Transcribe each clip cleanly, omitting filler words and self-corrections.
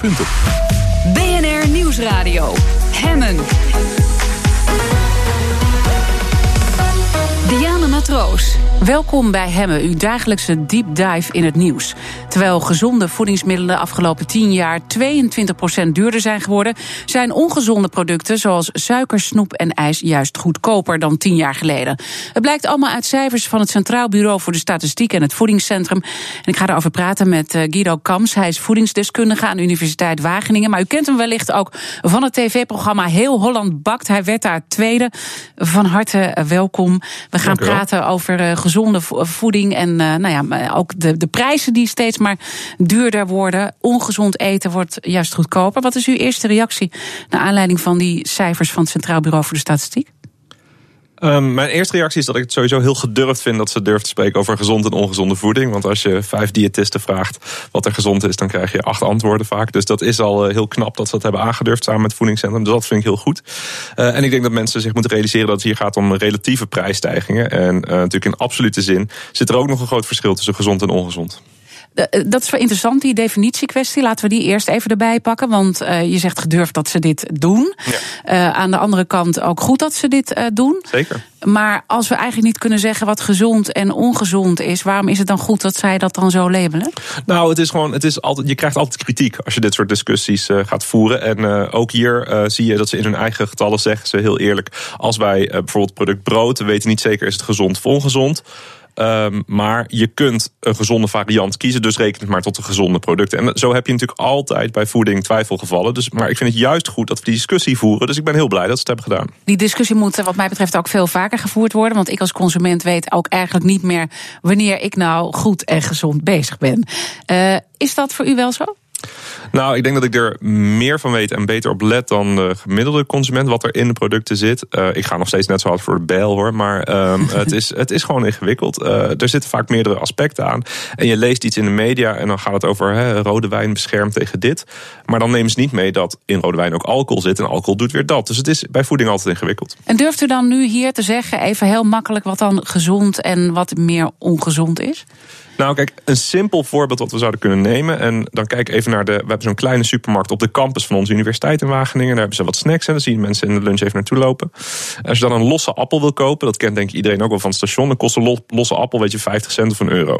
punten. BNR Nieuwsradio. Hemmen. Diana Matroos, welkom bij Hemmen, uw dagelijkse deep dive in het nieuws. Terwijl gezonde voedingsmiddelen de afgelopen 10 jaar 22% duurder zijn geworden, zijn ongezonde producten zoals suiker, snoep en ijs juist goedkoper dan 10 jaar geleden. Het blijkt allemaal uit cijfers van het Centraal Bureau voor de Statistiek en het Voedingscentrum. En ik ga erover praten met Guido Kams. Hij is voedingsdeskundige aan de Universiteit Wageningen. Maar u kent hem wellicht ook van het tv-programma Heel Holland Bakt. Hij werd daar tweede. Van harte welkom. We gaan praten over gezonde voeding en ook de prijzen die steeds maar duurder worden. Ongezond eten wordt juist goedkoper. Wat is uw eerste reactie naar aanleiding van die cijfers van het Centraal Bureau voor de Statistiek? Mijn eerste reactie is dat ik het sowieso heel gedurfd vind dat ze durft te spreken over gezond en ongezonde voeding. Want als je 5 diëtisten vraagt wat er gezond is, dan krijg je 8 antwoorden vaak. Dus dat is al heel knap dat ze dat hebben aangedurfd samen met het Voedingscentrum. Dus dat vind ik heel goed. En ik denk dat mensen zich moeten realiseren dat het hier gaat om relatieve prijsstijgingen. En natuurlijk in absolute zin zit er ook nog een groot verschil tussen gezond en ongezond. Dat is wel interessant, die definitiekwestie. Laten we die eerst even erbij pakken. Want je zegt gedurfd dat ze dit doen. Ja. Aan de andere kant ook goed dat ze dit doen. Zeker. Maar als we eigenlijk niet kunnen zeggen wat gezond en ongezond is, waarom is het dan goed dat zij dat dan zo labelen? Nou, je krijgt altijd kritiek als je dit soort discussies gaat voeren. En ook hier zie je dat ze in hun eigen getallen zeggen ze heel eerlijk. Als wij bijvoorbeeld product brood, we weten niet zeker is het gezond of ongezond. Maar je kunt een gezonde variant kiezen, dus reken het maar tot de gezonde producten. En zo heb je natuurlijk altijd bij voeding twijfelgevallen. Maar ik vind het juist goed dat we die discussie voeren. Dus ik ben heel blij dat ze het hebben gedaan. Die discussie moet wat mij betreft ook veel vaker gevoerd worden. Want ik als consument weet ook eigenlijk niet meer wanneer ik nou goed en gezond bezig ben. Is dat voor u wel zo? Nou, ik denk dat ik er meer van weet en beter op let dan de gemiddelde consument wat er in de producten zit. Ik ga nog steeds net zo hard voor de bijl hoor, maar het is gewoon ingewikkeld. Er zitten vaak meerdere aspecten aan. En je leest iets in de media en dan gaat het over rode wijn beschermt tegen dit. Maar dan nemen ze niet mee dat in rode wijn ook alcohol zit en alcohol doet weer dat. Dus het is bij voeding altijd ingewikkeld. En durft u dan nu hier te zeggen, even heel makkelijk, wat dan gezond en wat meer ongezond is? Nou, kijk, een simpel voorbeeld wat we zouden kunnen nemen. En dan kijk even naar we hebben zo'n kleine supermarkt op de campus van onze universiteit in Wageningen. Daar hebben ze wat snacks en dan zien mensen in de lunch even naartoe lopen. Als je dan een losse appel wil kopen, dat kent denk ik iedereen ook wel van het station, dan kost een losse appel, weet je, 50 cent of €1.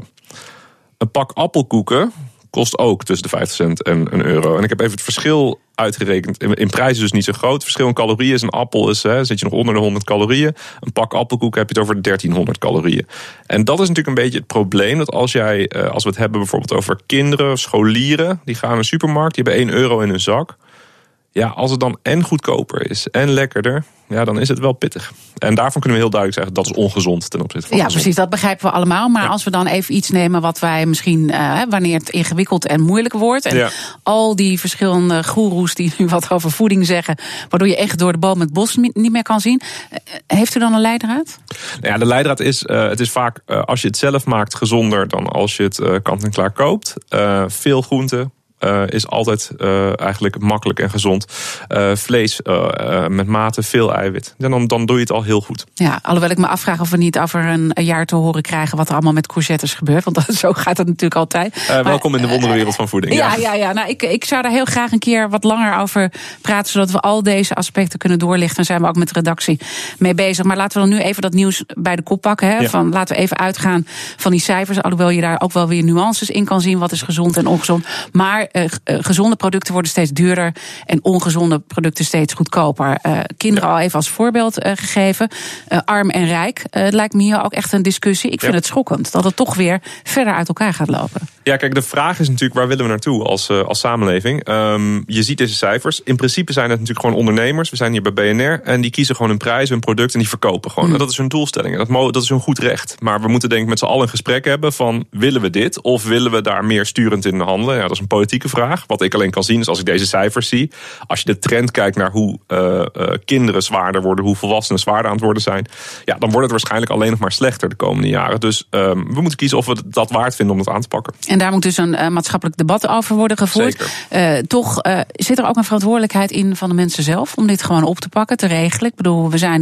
Een pak appelkoeken kost ook tussen de 50 cent en €1. En ik heb even het verschil uitgerekend. In prijs is dus niet zo groot. Het verschil in calorieën is een appel zit je nog onder de 100 calorieën. Een pak appelkoek heb je het over 1300 calorieën. En dat is natuurlijk een beetje het probleem. Dat als we het hebben bijvoorbeeld over kinderen, scholieren, die gaan naar een supermarkt, die hebben €1 in hun zak. Ja, als het dan en goedkoper is en lekkerder, ja, dan is het wel pittig. En daarvan kunnen we heel duidelijk zeggen, dat is ongezond ten opzichte van gezond. Precies, dat begrijpen we allemaal. Maar als we dan even iets nemen wat wij misschien, wanneer het ingewikkeld en moeilijk wordt, en al die verschillende goeroes die nu wat over voeding zeggen, waardoor je echt door de boom het bos niet meer kan zien. Heeft u dan een leidraad? Ja, de leidraad is, het is vaak, als je het zelf maakt, gezonder dan als je het kant-en-klaar koopt. Veel groenten. Is altijd eigenlijk makkelijk en gezond. Vlees met mate, veel eiwit. En dan doe je het al heel goed. Ja, alhoewel ik me afvraag of we niet over een jaar te horen krijgen wat er allemaal met courgettes gebeurt. Want zo gaat het natuurlijk altijd. Welkom in de wonderenwereld van voeding. Ja. Nou, ik zou daar heel graag een keer wat langer over praten, zodat we al deze aspecten kunnen doorlichten. Daar zijn we ook met de redactie mee bezig. Maar laten we dan nu even dat nieuws bij de kop pakken. Hè? Van, laten we even uitgaan van die cijfers. Alhoewel je daar ook wel weer nuances in kan zien. Wat is gezond en ongezond. Maar gezonde producten worden steeds duurder en ongezonde producten steeds goedkoper. Kinderen al even als voorbeeld gegeven. Arm en rijk. Het lijkt me hier ook echt een discussie. Ik vind het schokkend dat het toch weer verder uit elkaar gaat lopen. Ja, kijk, de vraag is natuurlijk, waar willen we naartoe als samenleving? Je ziet deze cijfers. In principe zijn het natuurlijk gewoon ondernemers. We zijn hier bij BNR en die kiezen gewoon een prijs, een product en die verkopen gewoon. En dat is hun doelstelling. Dat is hun goed recht. Maar we moeten denk ik met z'n allen een gesprek hebben van, willen we dit of willen we daar meer sturend in handelen? Ja, dat is een politieke vraag. Wat ik alleen kan zien is als ik deze cijfers zie. Als je de trend kijkt naar hoe kinderen zwaarder worden, hoe volwassenen zwaarder aan het worden zijn. Ja, dan wordt het waarschijnlijk alleen nog maar slechter de komende jaren. Dus we moeten kiezen of we dat waard vinden om dat aan te pakken. En daar moet dus een maatschappelijk debat over worden gevoerd. Toch zit er ook een verantwoordelijkheid in van de mensen zelf om dit gewoon op te pakken, te regelen. Ik bedoel, we zijn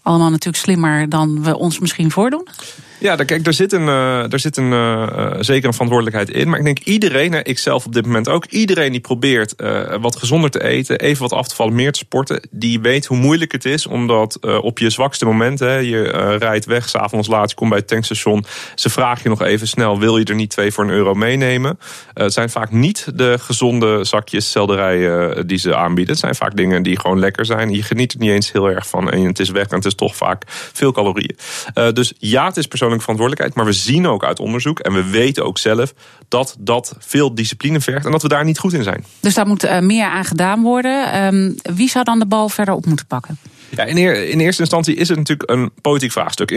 allemaal natuurlijk slimmer dan we ons misschien voordoen? Ja, kijk, er zit zeker een verantwoordelijkheid in. Maar ik denk iedereen, ikzelf op dit moment ook, iedereen die probeert wat gezonder te eten, even wat af te vallen, meer te sporten, die weet hoe moeilijk het is. Omdat op je zwakste momenten, je rijdt weg, 's avonds laat, je komt bij het tankstation, ze vragen je nog even snel, wil je er niet 2 voor €1 meenemen? Het zijn vaak niet de gezonde zakjes selderij die ze aanbieden. Het zijn vaak dingen die gewoon lekker zijn. Je geniet er niet eens heel erg van en het is weg en het is toch vaak veel calorieën. Dus ja, het is persoonlijk verantwoordelijkheid, maar we zien ook uit onderzoek en we weten ook zelf dat veel discipline vergt en dat we daar niet goed in zijn. Dus daar moet meer aan gedaan worden. Wie zou dan de bal verder op moeten pakken? Ja, in eerste instantie is het natuurlijk een politiek vraagstuk.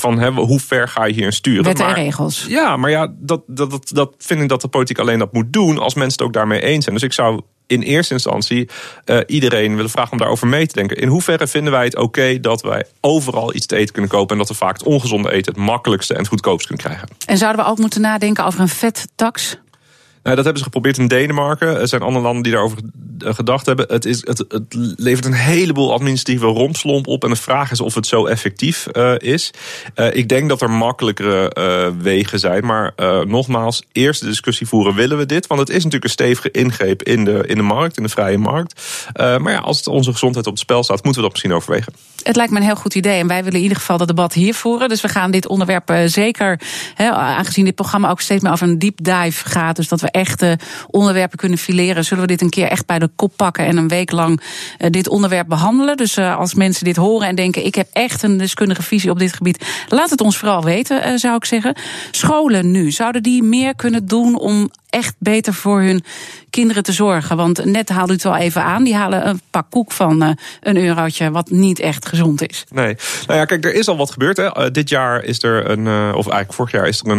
Hoe ver ga je hierin sturen? Wetten en regels. Ja, maar ja, dat vind ik dat de politiek alleen dat moet doen als mensen het ook daarmee eens zijn. Dus ik zou in eerste instantie iedereen willen vragen om daarover mee te denken. In hoeverre vinden wij het oké dat wij overal iets te eten kunnen kopen en dat we vaak het ongezonde eten het makkelijkste en het goedkoopst kunnen krijgen? En zouden we ook moeten nadenken over een vettax? Dat hebben ze geprobeerd in Denemarken. Er zijn andere landen die daarover gedacht hebben. Het levert een heleboel administratieve rompslomp op. En de vraag is of het zo effectief is. Ik denk dat er makkelijkere wegen zijn. Maar nogmaals, eerst de discussie voeren. Willen we dit? Want het is natuurlijk een stevige ingreep in de markt, in de vrije markt. Maar ja, als het onze gezondheid op het spel staat, moeten we dat misschien overwegen. Het lijkt me een heel goed idee. En wij willen in ieder geval dat debat hier voeren. Dus we gaan dit onderwerp zeker, aangezien dit programma ook steeds meer over een deep dive gaat, dus dat we echte onderwerpen kunnen fileren, zullen we dit een keer echt bij de kop pakken en een week lang dit onderwerp behandelen. Dus als mensen dit horen en denken, ik heb echt een deskundige visie op dit gebied, laat het ons vooral weten, zou ik zeggen. Scholen nu, zouden die meer kunnen doen om echt beter voor hun kinderen te zorgen? Want net haalde u het al even aan, die halen een pak koek van €1, wat niet echt gezond is. Nee, nou ja, kijk, er is al wat gebeurd. Hè. Dit jaar is er of eigenlijk vorig jaar is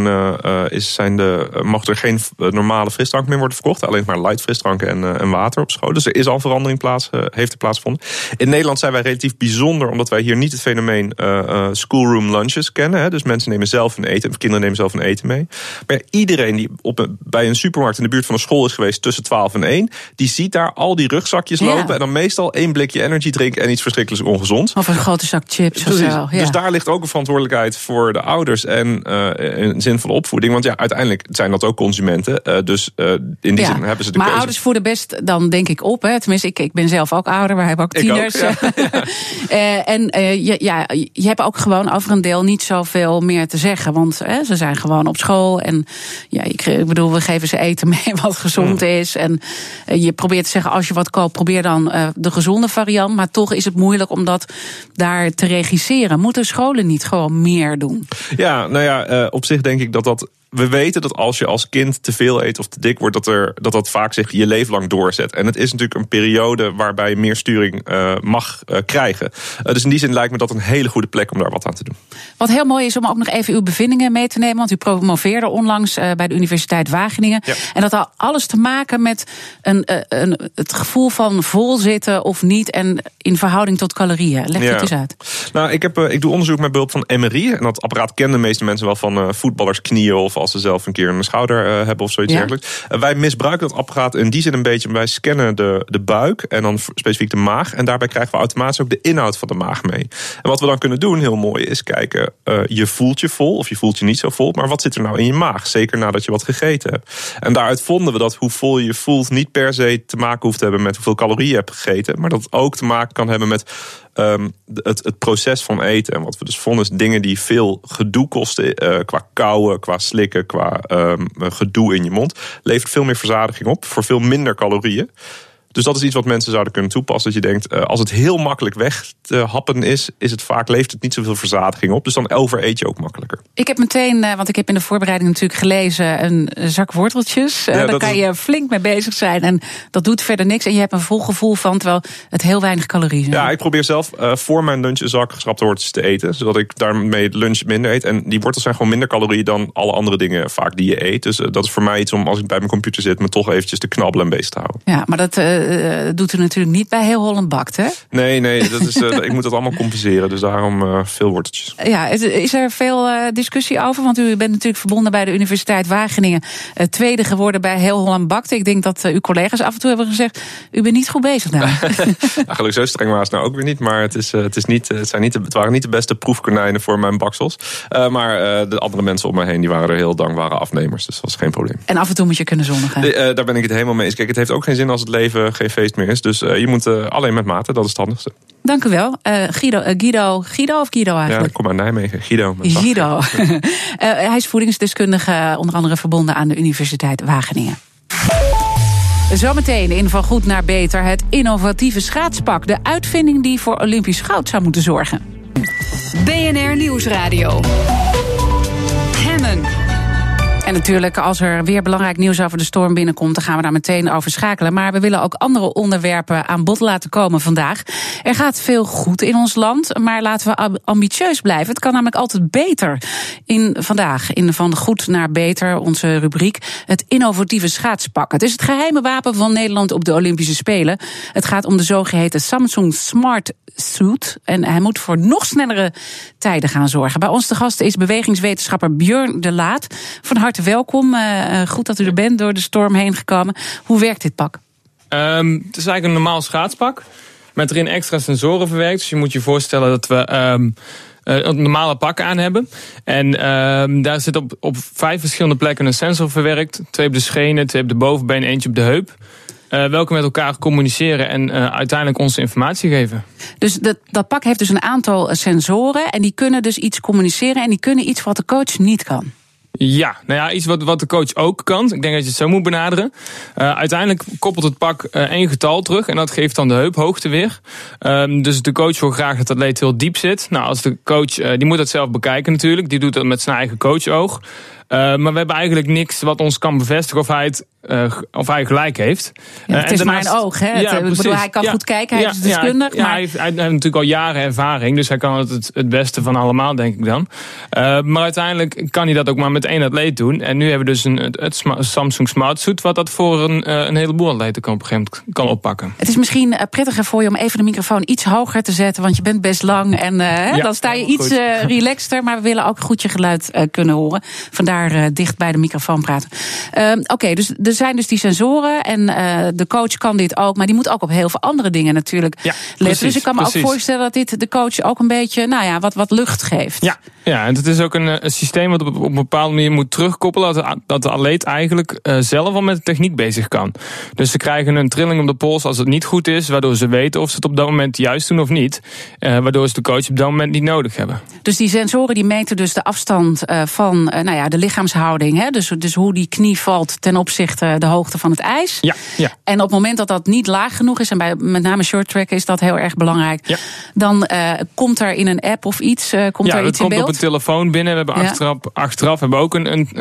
er mag er geen normale frisdrank meer worden verkocht, alleen maar light frisdranken en water op school. Dus er is al verandering heeft er plaatsgevonden. In Nederland zijn wij relatief bijzonder, omdat wij hier niet het fenomeen schoolroom lunches kennen. Hè. Dus mensen nemen zelf hun eten, kinderen nemen zelf hun eten mee. Maar iedereen die bij een supermarkt in de buurt van een school is geweest tussen 12 en 1, die ziet daar al die rugzakjes lopen en dan meestal 1 blikje energy drinken en iets verschrikkelijks ongezond. Of een grote zak chips of zo. Ja. Dus daar ligt ook een verantwoordelijkheid voor de ouders en een zinvolle opvoeding. Want ja, uiteindelijk zijn dat ook consumenten. Dus in die zin hebben ze de maar keuze. Ouders voeden best dan denk ik op. Hè. Tenminste, ik ben zelf ook ouder, we hebben ook tieners. Ik ook, ja. Je hebt ook gewoon over een deel niet zoveel meer te zeggen. Want ze zijn gewoon op school. En ja, ik bedoel, we geven ze eten mee wat gezond is. En je probeert te zeggen, als je wat koopt, probeer dan de gezonde variant. Maar toch is het moeilijk om dat daar te regisseren. Moeten scholen niet gewoon meer doen? Ja, nou ja, op zich denk ik dat we weten dat als je als kind te veel eet of te dik wordt, dat vaak zich je leven lang doorzet. En het is natuurlijk een periode waarbij je meer sturing mag krijgen. Dus in die zin lijkt me dat een hele goede plek om daar wat aan te doen. Wat heel mooi is om ook nog even uw bevindingen mee te nemen. Want u promoveerde onlangs bij de Universiteit Wageningen. Ja. En dat had alles te maken met het gevoel van vol zitten of niet en in verhouding tot calorieën. Leg het eens uit. Nou, ik doe onderzoek met behulp van MRI. En dat apparaat kennen de meeste mensen wel van voetballersknieën of als ze zelf een keer een schouder hebben of zoiets dergelijks. Wij misbruiken dat apparaat in die zin een beetje. Wij scannen de buik en dan specifiek de maag. En daarbij krijgen we automatisch ook de inhoud van de maag mee. En wat we dan kunnen doen, heel mooi, is kijken, je voelt je vol of je voelt je niet zo vol. Maar wat zit er nou in je maag? Zeker nadat je wat gegeten hebt. En daaruit vonden we dat hoe vol je voelt niet per se te maken hoeft te hebben met hoeveel calorieën je hebt gegeten. Maar dat het ook te maken kan hebben met het proces van eten. En wat we dus vonden is dingen die veel gedoe kosten qua kauwen, qua slikken, qua gedoe in je mond, levert veel meer verzadiging op voor veel minder calorieën. Dus dat is iets wat mensen zouden kunnen toepassen. Dat je denkt, als het heel makkelijk weg te happen is het vaak, levert het niet zoveel verzadiging op. Dus dan overeet je ook makkelijker. Ik heb meteen, want ik heb in de voorbereiding natuurlijk gelezen, een zak worteltjes. Daar kan je flink mee bezig zijn. En dat doet verder niks. En je hebt een vol gevoel van, terwijl het heel weinig calorieën zijn. Ja, ik probeer zelf voor mijn lunch een zak geschrapte worteltjes te eten. Zodat ik daarmee de lunch minder eet. En die wortels zijn gewoon minder calorieën dan alle andere dingen vaak die je eet. Dus dat is voor mij iets om, als ik bij mijn computer zit, me toch eventjes te knabbelen en bezig te houden. Ja, maar dat doet u natuurlijk niet bij Heel Holland Bakt, hè? Nee, dat is, ik moet dat allemaal compenseren. Dus daarom veel worteltjes. Ja, is er veel discussie over? Want u bent natuurlijk verbonden bij de Universiteit Wageningen. Tweede geworden bij Heel Holland Bakt. Ik denk dat uw collega's af en toe hebben gezegd, u bent niet goed bezig daar. Gelukkig zo streng waren ze nou ook weer niet. Maar het waren niet de beste proefkonijnen voor mijn baksels. Maar de andere mensen om me heen die waren er heel dankbare afnemers. Dus dat was geen probleem. En af en toe moet je kunnen zondigen. Daar ben ik het helemaal mee eens. Kijk, het heeft ook geen zin als het leven geen feest meer is. Dus je moet alleen met mate, dat is het handigste. Dank u wel. Guido of Guido eigenlijk? Ja, ik kom uit Nijmegen. Guido. Hij is voedingsdeskundige, onder andere verbonden aan de Universiteit Wageningen. Zometeen in Van Goed naar Beter het innovatieve schaatspak. De uitvinding die voor Olympisch goud zou moeten zorgen. BNR Nieuwsradio. Hemmen. En natuurlijk, als er weer belangrijk nieuws over de storm binnenkomt, dan gaan we daar meteen over schakelen. Maar we willen ook andere onderwerpen aan bod laten komen vandaag. Er gaat veel goed in ons land, maar laten we ambitieus blijven. Het kan namelijk altijd beter. Vandaag in Van Goed naar Beter, onze rubriek, het innovatieve schaatspak. Het is het geheime wapen van Nederland op de Olympische Spelen. Het gaat om de zogeheten Samsung Smart Suit. En hij moet voor nog snellere tijden gaan zorgen. Bij ons te gast is bewegingswetenschapper Björn de Laat. Van harte welkom. Goed dat u er bent, door de storm heen gekomen. Hoe werkt dit pak? Het is eigenlijk een normaal schaatspak. Met erin extra sensoren verwerkt. Dus je moet je voorstellen dat we een normale pak aan hebben. En daar zit op 5 verschillende plekken een sensor verwerkt. 2 op de schenen, 2 op de bovenbeen, eentje op de heup. Welke met elkaar communiceren en uiteindelijk onze informatie geven. Dus dat pak heeft dus een aantal sensoren. En die kunnen dus iets communiceren. En die kunnen iets wat de coach niet kan. Ja, nou ja, iets wat de coach ook kan. Ik denk dat je het zo moet benaderen. Uiteindelijk koppelt het pak 1 getal terug. En dat geeft dan de heuphoogte weer. Dus de coach wil graag dat het atleet heel diep zit. Nou, als de coach, die moet dat zelf bekijken natuurlijk. Die doet dat met zijn eigen coachoog. Maar we hebben eigenlijk niks wat ons kan bevestigen of hij gelijk heeft. Ja, het is maar een oog, hè? Hij kan goed kijken, hij is deskundig. Hij heeft natuurlijk al jaren ervaring, dus hij kan het beste van allemaal, denk ik dan. Maar uiteindelijk kan hij dat ook maar met 1 atleet doen. En nu hebben we dus het Samsung Smart Suit, wat dat voor een heleboel atleten op een gegeven moment kan oppakken. Het is misschien prettiger voor je om even de microfoon iets hoger te zetten, want je bent best lang en dan sta je iets relaxter. Maar we willen ook goed je geluid kunnen horen. Vandaar dicht bij de microfoon praten. Oké, dus er zijn dus die sensoren en de coach kan dit ook, maar die moet ook op heel veel andere dingen natuurlijk letten. Dus ik kan me ook voorstellen dat dit de coach ook een beetje, wat lucht geeft. Ja, en het is ook een systeem wat op een bepaalde manier moet terugkoppelen, dat de atleet eigenlijk zelf al met de techniek bezig kan. Dus ze krijgen een trilling op de pols als het niet goed is, waardoor ze weten of ze het op dat moment juist doen of niet. Waardoor ze de coach op dat moment niet nodig hebben. Dus die sensoren die meten dus de afstand van de lichaamshouding. Hè? Dus hoe die knie valt ten opzichte de hoogte van het ijs. Ja. En op het moment dat dat niet laag genoeg is, en bij met name short track is dat heel erg belangrijk, dan komt er in een app of iets, komt er iets in beeld? Op een telefoon binnen. We hebben achteraf hebben we ook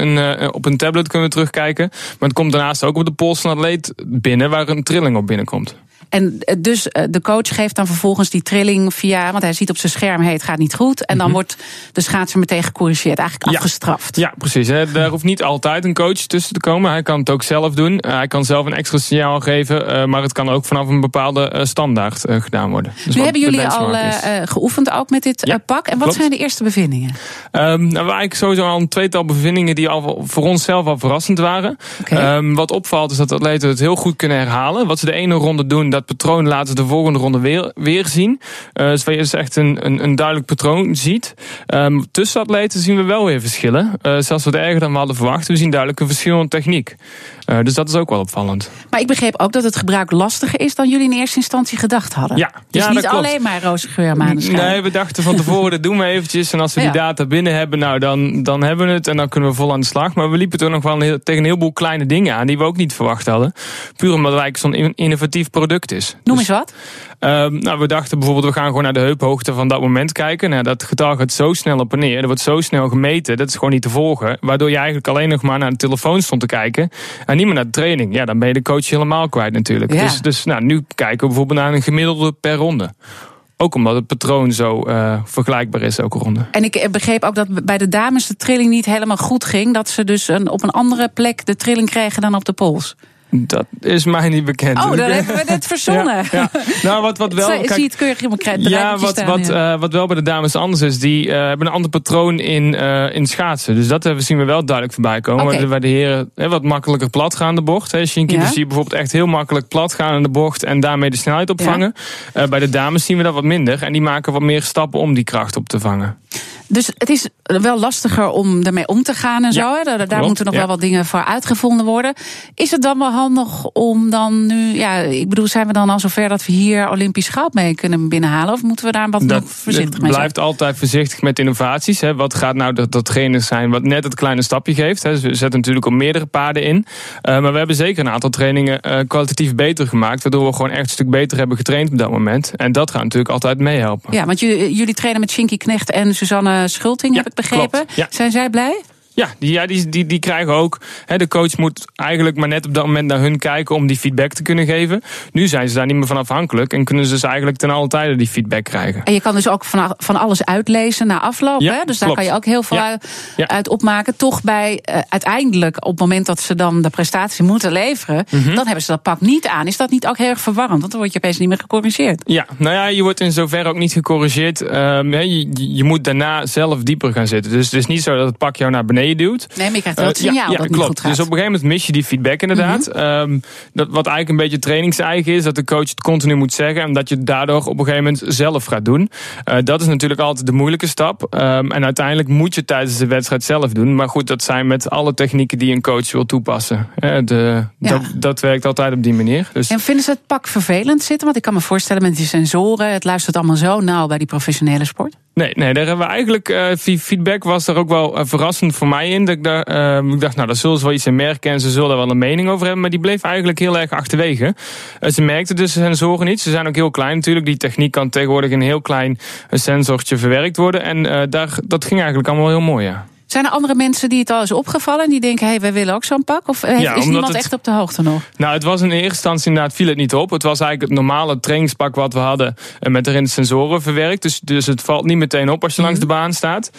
op een tablet kunnen we terugkijken. Maar het komt daarnaast ook op de pols van een atleet binnen, waar een trilling op binnenkomt. En dus de coach geeft dan vervolgens die trilling via, want hij ziet op zijn scherm, het gaat niet goed. En dan wordt de schaatser meteen gecorrigeerd, eigenlijk afgestraft. Ja, precies. Daar hoeft niet altijd een coach tussen te komen. Hij kan het ook zelf doen. Hij kan zelf een extra signaal geven. Maar het kan ook vanaf een bepaalde standaard gedaan worden. Dus nu hebben jullie al geoefend ook met dit pak. En wat zijn de eerste bevindingen? We hebben eigenlijk sowieso al een 2-tal bevindingen die al voor onszelf al verrassend waren. Okay. Wat opvalt is dat de atleten het heel goed kunnen herhalen. Wat ze de ene ronde doen, dat patroon laten ze de volgende ronde weer zien. Dus waar je dus echt een duidelijk patroon ziet. Tussen atleten zien we wel weer verschillen. Zelfs wat erger dan we hadden verwacht. We zien duidelijk een verschil in techniek. Dus dat is ook wel opvallend. Maar ik begreep ook dat het gebruik lastiger is dan jullie in eerste instantie gedacht hadden. Ja, dus niet alleen maar roze geur, maneschijn. Nee, we dachten van tevoren, dat doen we eventjes. En als we die data binnen hebben, dan hebben we het. En dan kunnen we vol aan de slag. Maar we liepen toch nog wel tegen een heleboel kleine dingen aan die we ook niet verwacht hadden. Puur omdat het eigenlijk zo'n innovatief product is. Noem eens wat. We dachten bijvoorbeeld, we gaan gewoon naar de heuphoogte van dat moment kijken. Nou, dat getal gaat zo snel op en neer. Dat wordt zo snel gemeten. Dat is gewoon niet te volgen. Waardoor je eigenlijk alleen nog maar naar de telefoon stond te kijken. En niet meer naar de training. Ja, dan ben je de coach helemaal kwijt natuurlijk. Ja. Dus nu kijken we bijvoorbeeld naar een gemiddelde per ronde. Ook omdat het patroon zo vergelijkbaar is elke ronde. En ik begreep ook dat bij de dames de trilling niet helemaal goed ging. Dat ze dus op een andere plek de trilling kregen dan op de pols. Dat is mij niet bekend. Oh, dat hebben we net verzonnen. Ja. Nou, wat wel... Zie het keurig in mijn wat wel bij de dames anders is, die hebben een ander patroon in schaatsen. Dus dat zien we wel duidelijk voorbij komen. Okay. Waar de heren wat makkelijker plat gaan de bocht. Shinky zie je bijvoorbeeld echt heel makkelijk plat gaan in de bocht en daarmee de snelheid opvangen. Ja. Bij de dames zien we dat wat minder. En die maken wat meer stappen om die kracht op te vangen. Dus het is wel lastiger om ermee om te gaan en zo. Hè? Daar moeten nog wel wat dingen voor uitgevonden worden. Is het dan wel handig om dan nu... Ja, ik bedoel, zijn we dan al zover dat we hier Olympisch goud mee kunnen binnenhalen? Of moeten we daar nog voorzichtig mee zijn? Blijft altijd voorzichtig met innovaties. Hè? Wat gaat nou datgene zijn wat net het kleine stapje geeft? Hè? Dus we zetten natuurlijk op meerdere paden in. Maar we hebben zeker een aantal trainingen kwalitatief beter gemaakt. Waardoor we gewoon echt een stuk beter hebben getraind op dat moment. En dat gaat natuurlijk altijd meehelpen. Ja, want jullie trainen met Shinky Knecht en Suzanne Schulting, heb ik begrepen. Ja. Zijn zij blij? Ja, die krijgen ook. De coach moet eigenlijk maar net op dat moment naar hun kijken om die feedback te kunnen geven. Nu zijn ze daar niet meer van afhankelijk en kunnen ze dus eigenlijk ten alle tijde die feedback krijgen. En je kan dus ook van alles uitlezen na afloop. Ja, hè? Dus klopt. Daar kan je ook heel veel uit opmaken. Toch bij uiteindelijk, op het moment dat ze dan de prestatie moeten leveren, dan hebben ze dat pak niet aan. Is dat niet ook heel erg verwarrend? Want dan word je opeens niet meer gecorrigeerd. Ja, nou ja, je wordt in zoverre ook niet gecorrigeerd. Je moet daarna zelf dieper gaan zitten. Dus het is niet zo dat het pak jou naar beneden duwt. Nee, maar je krijgt wel het signaal dat het niet goed gaat. Dus op een gegeven moment mis je die feedback inderdaad. Wat eigenlijk een beetje trainingseigen is, dat de coach het continu moet zeggen en dat je het daardoor op een gegeven moment zelf gaat doen. Dat is natuurlijk altijd de moeilijke stap. En uiteindelijk moet je tijdens de wedstrijd zelf doen. Maar goed, dat zijn met alle technieken die een coach wil toepassen. Dat werkt altijd op die manier. Dus. En vinden ze het pak vervelend zitten? Want ik kan me voorstellen met die sensoren, het luistert allemaal zo nauw bij die professionele sport. Nee, daar hebben we eigenlijk, feedback was er ook wel verrassend voor mij in. Dat ik dacht, nou, daar zullen ze wel iets in merken en ze zullen er wel een mening over hebben. Maar die bleef eigenlijk heel erg achterwege. Ze merkten dus de sensoren niet. Ze zijn ook heel klein natuurlijk. Die techniek kan tegenwoordig in een heel klein sensortje verwerkt worden. En dat ging eigenlijk allemaal heel mooi, ja. Zijn er andere mensen die het al is opgevallen en die denken, wij willen ook zo'n pak? Of is niemand echt op de hoogte nog? Nou, het was in eerste instantie inderdaad, viel het niet op. Het was eigenlijk het normale trainingspak wat we hadden met erin de sensoren verwerkt. Dus het valt niet meteen op als je langs de baan staat.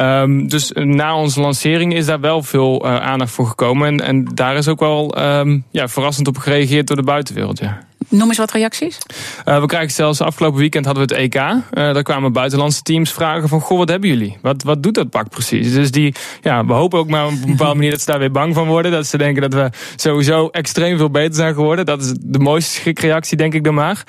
Dus na onze lancering is daar wel veel aandacht voor gekomen. En daar is ook wel verrassend op gereageerd door de buitenwereld, ja. Noem eens wat reacties. We krijgen zelfs afgelopen weekend hadden we het EK. Daar kwamen buitenlandse teams vragen van, wat hebben jullie? Wat doet dat pak precies? Dus we hopen ook maar op een bepaalde manier dat ze daar weer bang van worden. Dat ze denken dat we sowieso extreem veel beter zijn geworden. Dat is de mooiste schrikreactie, denk ik dan maar.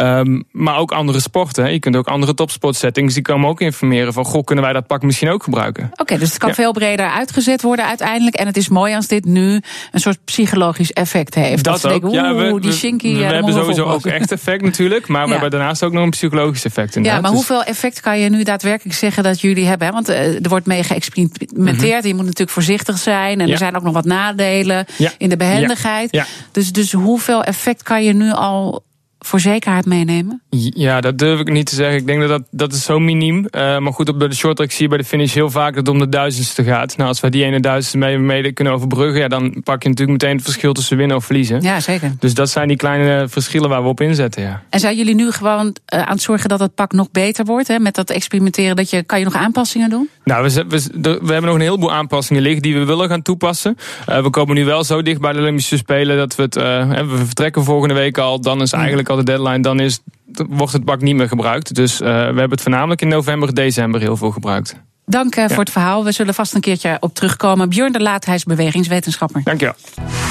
Maar ook andere sporten. Hè. Je kunt ook andere topsportsettings, die komen ook informeren van, kunnen wij dat pak misschien ook gebruiken? Oké, dus het kan veel breder uitgezet worden uiteindelijk. En het is mooi als dit nu een soort psychologisch effect heeft. Dat ook. Denken, die Shinky... We hebben sowieso ook echt effect natuurlijk. Maar we hebben daarnaast ook nog een psychologisch effect. Ja, maar hoeveel effect kan je nu daadwerkelijk zeggen dat jullie hebben? Hè? Want er wordt mee geëxperimenteerd. Je moet natuurlijk voorzichtig zijn. En er zijn ook nog wat nadelen in de behendigheid. Ja. Dus hoeveel effect kan je nu al voor zekerheid meenemen? Ja, dat durf ik niet te zeggen. Ik denk dat is zo miniem. Maar goed, op de shorttrack zie je bij de finish heel vaak dat het om de duizendste gaat. Nou, als wij die ene duizendste mee kunnen overbruggen, dan pak je natuurlijk meteen het verschil tussen winnen of verliezen. Ja, zeker. Dus dat zijn die kleine verschillen waar we op inzetten, ja. En zijn jullie nu gewoon aan het zorgen dat het pak nog beter wordt? Hè? Met dat experimenteren, kan je nog aanpassingen doen? Nou, we hebben nog een heleboel aanpassingen liggen die we willen gaan toepassen. We komen nu wel zo dicht bij de Olympische Spelen dat we we vertrekken volgende week al. Dan is eigenlijk al de deadline, dan wordt het pak niet meer gebruikt. Dus we hebben het voornamelijk in november, december heel veel gebruikt. Dank voor het verhaal. We zullen vast een keertje op terugkomen. Björn de Laat, hij is bewegingswetenschapper. Dank je wel.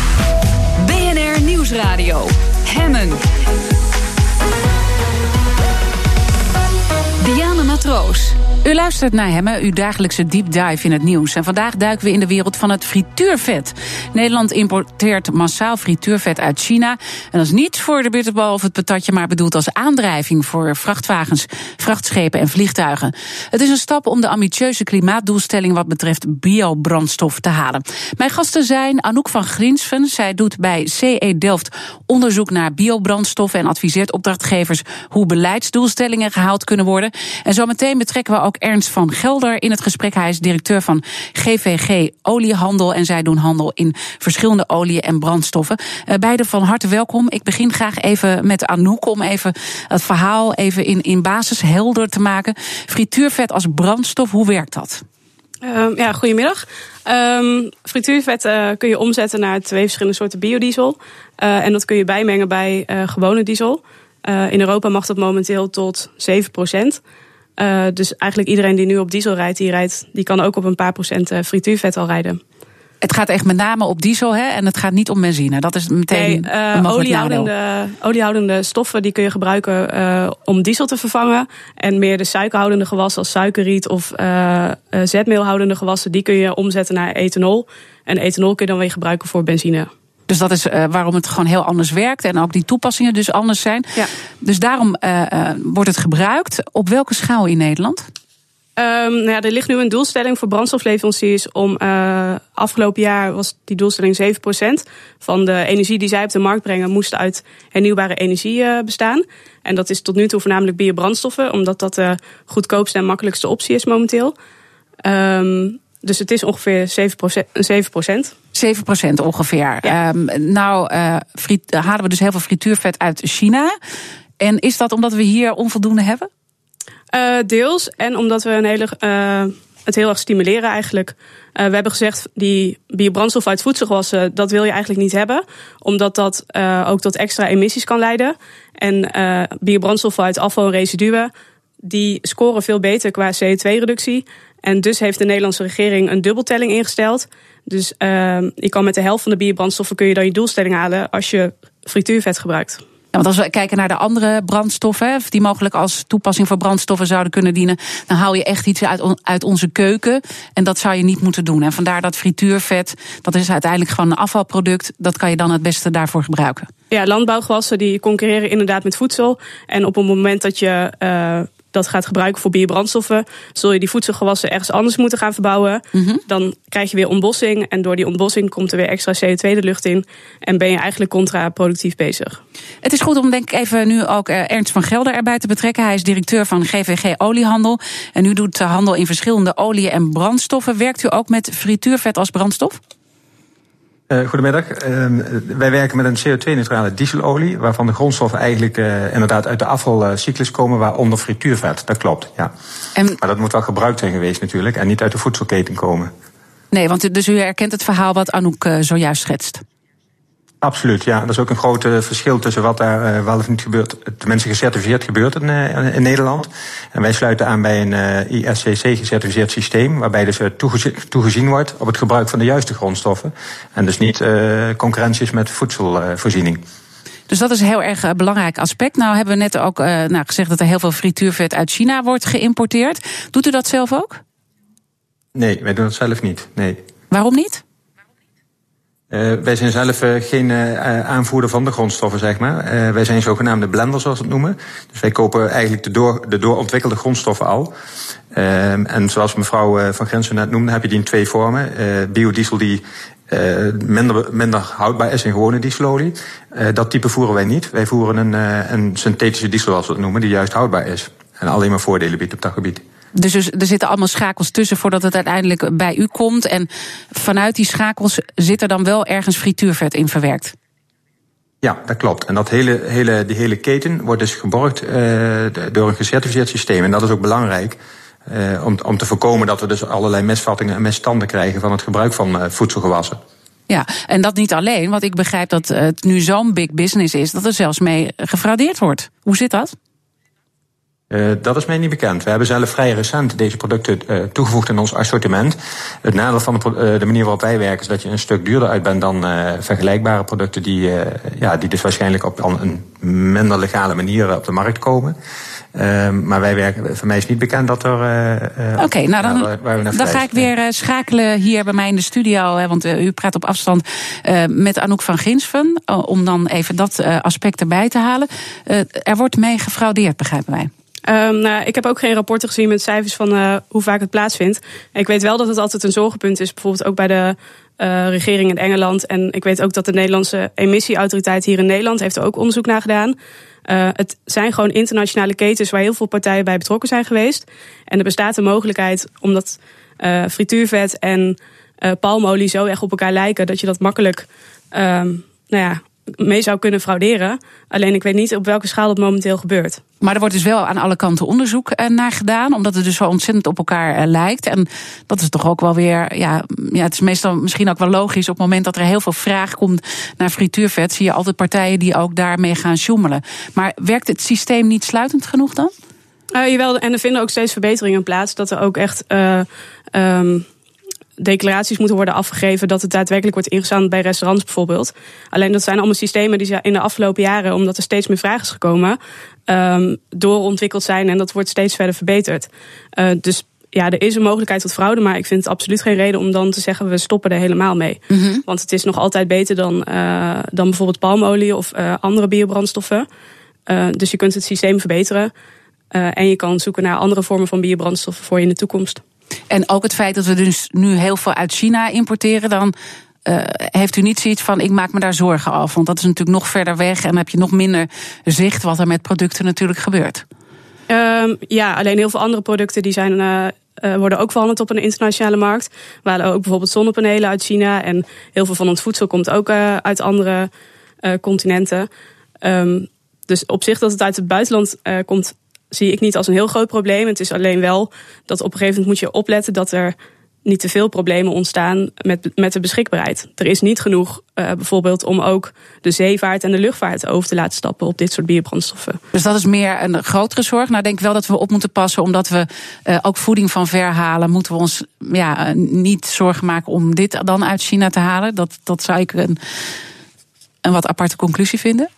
BNR Nieuwsradio. Hemmen. Diana Matroos. U luistert naar Hemmen, uw dagelijkse deep dive in het nieuws. En vandaag duiken we in de wereld van het frituurvet. Nederland importeert massaal frituurvet uit China. En dat is niet voor de bitterbal of het patatje, maar bedoeld als aandrijving voor vrachtwagens, vrachtschepen en vliegtuigen. Het is een stap om de ambitieuze klimaatdoelstelling wat betreft biobrandstof te halen. Mijn gasten zijn Anouk van Grinsven. Zij doet bij CE Delft onderzoek naar biobrandstof en adviseert opdrachtgevers hoe beleidsdoelstellingen gehaald kunnen worden. En zometeen betrekken we ook Ernst van Gelder in het gesprek. Hij is directeur van GVG Oliehandel en zij doen handel in verschillende oliën en brandstoffen. Beiden van harte welkom. Ik begin graag even met Anouk om even het verhaal even in basis helder te maken. Frituurvet als brandstof, hoe werkt dat? Goedemiddag. Frituurvet kun je omzetten naar 2 verschillende soorten biodiesel. En dat kun je bijmengen bij gewone diesel. In Europa mag dat momenteel tot 7%. Dus eigenlijk iedereen die nu op diesel rijdt, die kan ook op een paar procent frituurvet al rijden. Het gaat echt met name op diesel, hè? En het gaat niet om benzine. Dat is meteen oliehoudende stoffen die kun je gebruiken om diesel te vervangen. En meer de suikerhoudende gewassen als suikerriet of zetmeelhoudende gewassen, die kun je omzetten naar ethanol. En ethanol kun je dan weer gebruiken voor benzine. Dus dat is waarom het gewoon heel anders werkt. En ook die toepassingen dus anders zijn. Ja. Dus daarom wordt het gebruikt. Op welke schaal in Nederland? Er ligt nu een doelstelling voor brandstofleveranciers om afgelopen jaar was die doelstelling 7% van de energie die zij op de markt brengen moest uit hernieuwbare energie bestaan. En dat is tot nu toe voornamelijk biobrandstoffen, omdat dat de goedkoopste en makkelijkste optie is momenteel. Dus het is ongeveer 7%. 7% ongeveer. Ja. Halen we dus heel veel frituurvet uit China. En is dat omdat we hier onvoldoende hebben? Deels. En omdat we het heel erg stimuleren eigenlijk. We hebben gezegd, die biobrandstof uit voedselgewassen, dat wil je eigenlijk niet hebben. Omdat dat ook tot extra emissies kan leiden. En biobrandstoffen uit afval en residuen, die scoren veel beter qua CO2-reductie. En dus heeft de Nederlandse regering een dubbeltelling ingesteld. Dus je kan met de helft van de biobrandstoffen kun je dan je doelstelling halen als je frituurvet gebruikt. Ja, want als we kijken naar de andere brandstoffen, die mogelijk als toepassing voor brandstoffen zouden kunnen dienen, dan haal je echt iets uit onze keuken. En dat zou je niet moeten doen. En vandaar dat frituurvet, dat is uiteindelijk gewoon een afvalproduct. Dat kan je dan het beste daarvoor gebruiken. Ja, landbouwgewassen die concurreren inderdaad met voedsel. En op het moment dat je dat gaat gebruiken voor biobrandstoffen, zul je die voedselgewassen ergens anders moeten gaan verbouwen. Mm-hmm. Dan krijg je weer ontbossing. En door die ontbossing komt er weer extra CO2 de lucht in. En ben je eigenlijk contraproductief bezig. Het is goed om denk ik even nu ook Ernst van Gelder erbij te betrekken. Hij is directeur van GVG Oliehandel. En u doet handel in verschillende oliën en brandstoffen. Werkt u ook met frituurvet als brandstof? Goedemiddag. Wij werken met een CO2-neutrale dieselolie, waarvan de grondstoffen eigenlijk inderdaad uit de afvalcyclus komen, waaronder frituurvet. Dat klopt, ja. Maar dat moet wel gebruikt zijn geweest natuurlijk en niet uit de voedselketen komen. Nee, want dus u herkent het verhaal wat Anouk zojuist schetst. Absoluut, ja. Dat is ook een groot verschil tussen wat daar wel of niet gebeurt. Tenminste gecertificeerd gebeurt in Nederland. En wij sluiten aan bij een ISCC-gecertificeerd systeem, waarbij dus toegezien wordt op het gebruik van de juiste grondstoffen. En dus niet concurrentie is met voedselvoorziening. Dus dat is een heel erg belangrijk aspect. Nou hebben we net ook gezegd dat er heel veel frituurvet uit China wordt geïmporteerd. Doet u dat zelf ook? Nee, wij doen dat zelf niet, nee. Waarom niet? Wij zijn zelf geen aanvoerder van de grondstoffen, zeg maar. Wij zijn zogenaamde blenders, zoals we het noemen. Dus wij kopen eigenlijk de doorontwikkelde grondstoffen al. En zoals mevrouw Van Grensen net noemde, heb je die in 2 vormen. Biodiesel die minder houdbaar is in gewone dieselolie. Dat type voeren wij niet. Wij voeren een synthetische diesel, zoals we het noemen, die juist houdbaar is. En alleen maar voordelen biedt op dat gebied. Dus er zitten allemaal schakels tussen voordat het uiteindelijk bij u komt. En vanuit die schakels zit er dan wel ergens frituurvet in verwerkt? Ja, dat klopt. En die hele keten wordt dus geborgd door een gecertificeerd systeem. En dat is ook belangrijk om te voorkomen dat we dus allerlei misvattingen en misstanden krijgen van het gebruik van voedselgewassen. Ja, en dat niet alleen, want ik begrijp dat het nu zo'n big business is dat er zelfs mee gefraudeerd wordt. Hoe zit dat? Dat is mij niet bekend. We hebben zelf vrij recent deze producten toegevoegd in ons assortiment. Het nadeel van de manier waarop wij werken is dat je een stuk duurder uit bent dan vergelijkbare producten die dus waarschijnlijk op een minder legale manier op de markt komen. Maar wij werken, voor mij is niet bekend dat er. Oké, nou dan ga ik weer schakelen hier bij mij in de studio, want u praat op afstand met Anouk van Ginsven, om dan even dat aspect erbij te halen. Er wordt mee gefraudeerd, begrijpen wij. Ik heb ook geen rapporten gezien met cijfers van hoe vaak het plaatsvindt. Ik weet wel dat het altijd een zorgenpunt is, bijvoorbeeld ook bij de regering in Engeland. En ik weet ook dat de Nederlandse emissieautoriteit hier in Nederland heeft er ook onderzoek naar gedaan. Het zijn gewoon internationale ketens waar heel veel partijen bij betrokken zijn geweest. En er bestaat een mogelijkheid, omdat frituurvet en palmolie zo erg op elkaar lijken, dat je dat makkelijk mee zou kunnen frauderen. Alleen ik weet niet op welke schaal het momenteel gebeurt. Maar er wordt dus wel aan alle kanten onderzoek naar gedaan, omdat het dus zo ontzettend op elkaar lijkt. En dat is toch ook wel weer, het is meestal misschien ook wel logisch. Op het moment dat er heel veel vraag komt naar frituurvet, zie je altijd partijen die ook daarmee gaan sjoemelen. Maar werkt het systeem niet sluitend genoeg dan? Jawel, en er vinden ook steeds verbeteringen plaats. Dat er ook echt declaraties moeten worden afgegeven dat het daadwerkelijk wordt ingezameld bij restaurants bijvoorbeeld. Alleen dat zijn allemaal systemen die in de afgelopen jaren, omdat er steeds meer vraag is gekomen, doorontwikkeld zijn en dat wordt steeds verder verbeterd. Dus ja, er is een mogelijkheid tot fraude, maar ik vind het absoluut geen reden om dan te zeggen we stoppen er helemaal mee. Mm-hmm. Want het is nog altijd beter dan bijvoorbeeld palmolie of andere biobrandstoffen. Dus je kunt het systeem verbeteren en je kan zoeken naar andere vormen van biobrandstoffen voor je in de toekomst. En ook het feit dat we dus nu heel veel uit China importeren, dan heeft u niet zoiets van ik maak me daar zorgen af. Want dat is natuurlijk nog verder weg en dan heb je nog minder zicht wat er met producten natuurlijk gebeurt. Alleen heel veel andere producten die worden ook verhandeld op een internationale markt. We halen ook bijvoorbeeld zonnepanelen uit China en heel veel van ons voedsel komt ook uit andere continenten. Dus op zich dat het uit het buitenland komt, zie ik niet als een heel groot probleem. Het is alleen wel dat op een gegeven moment moet je opletten dat er niet te veel problemen ontstaan met de beschikbaarheid. Er is niet genoeg bijvoorbeeld om ook de zeevaart en de luchtvaart over te laten stappen op dit soort biobrandstoffen. Dus dat is meer een grotere zorg. Nou, ik denk wel dat we op moeten passen, omdat we ook voeding van ver halen. Moeten we ons niet zorgen maken om dit dan uit China te halen. Dat zou ik een wat aparte conclusie vinden.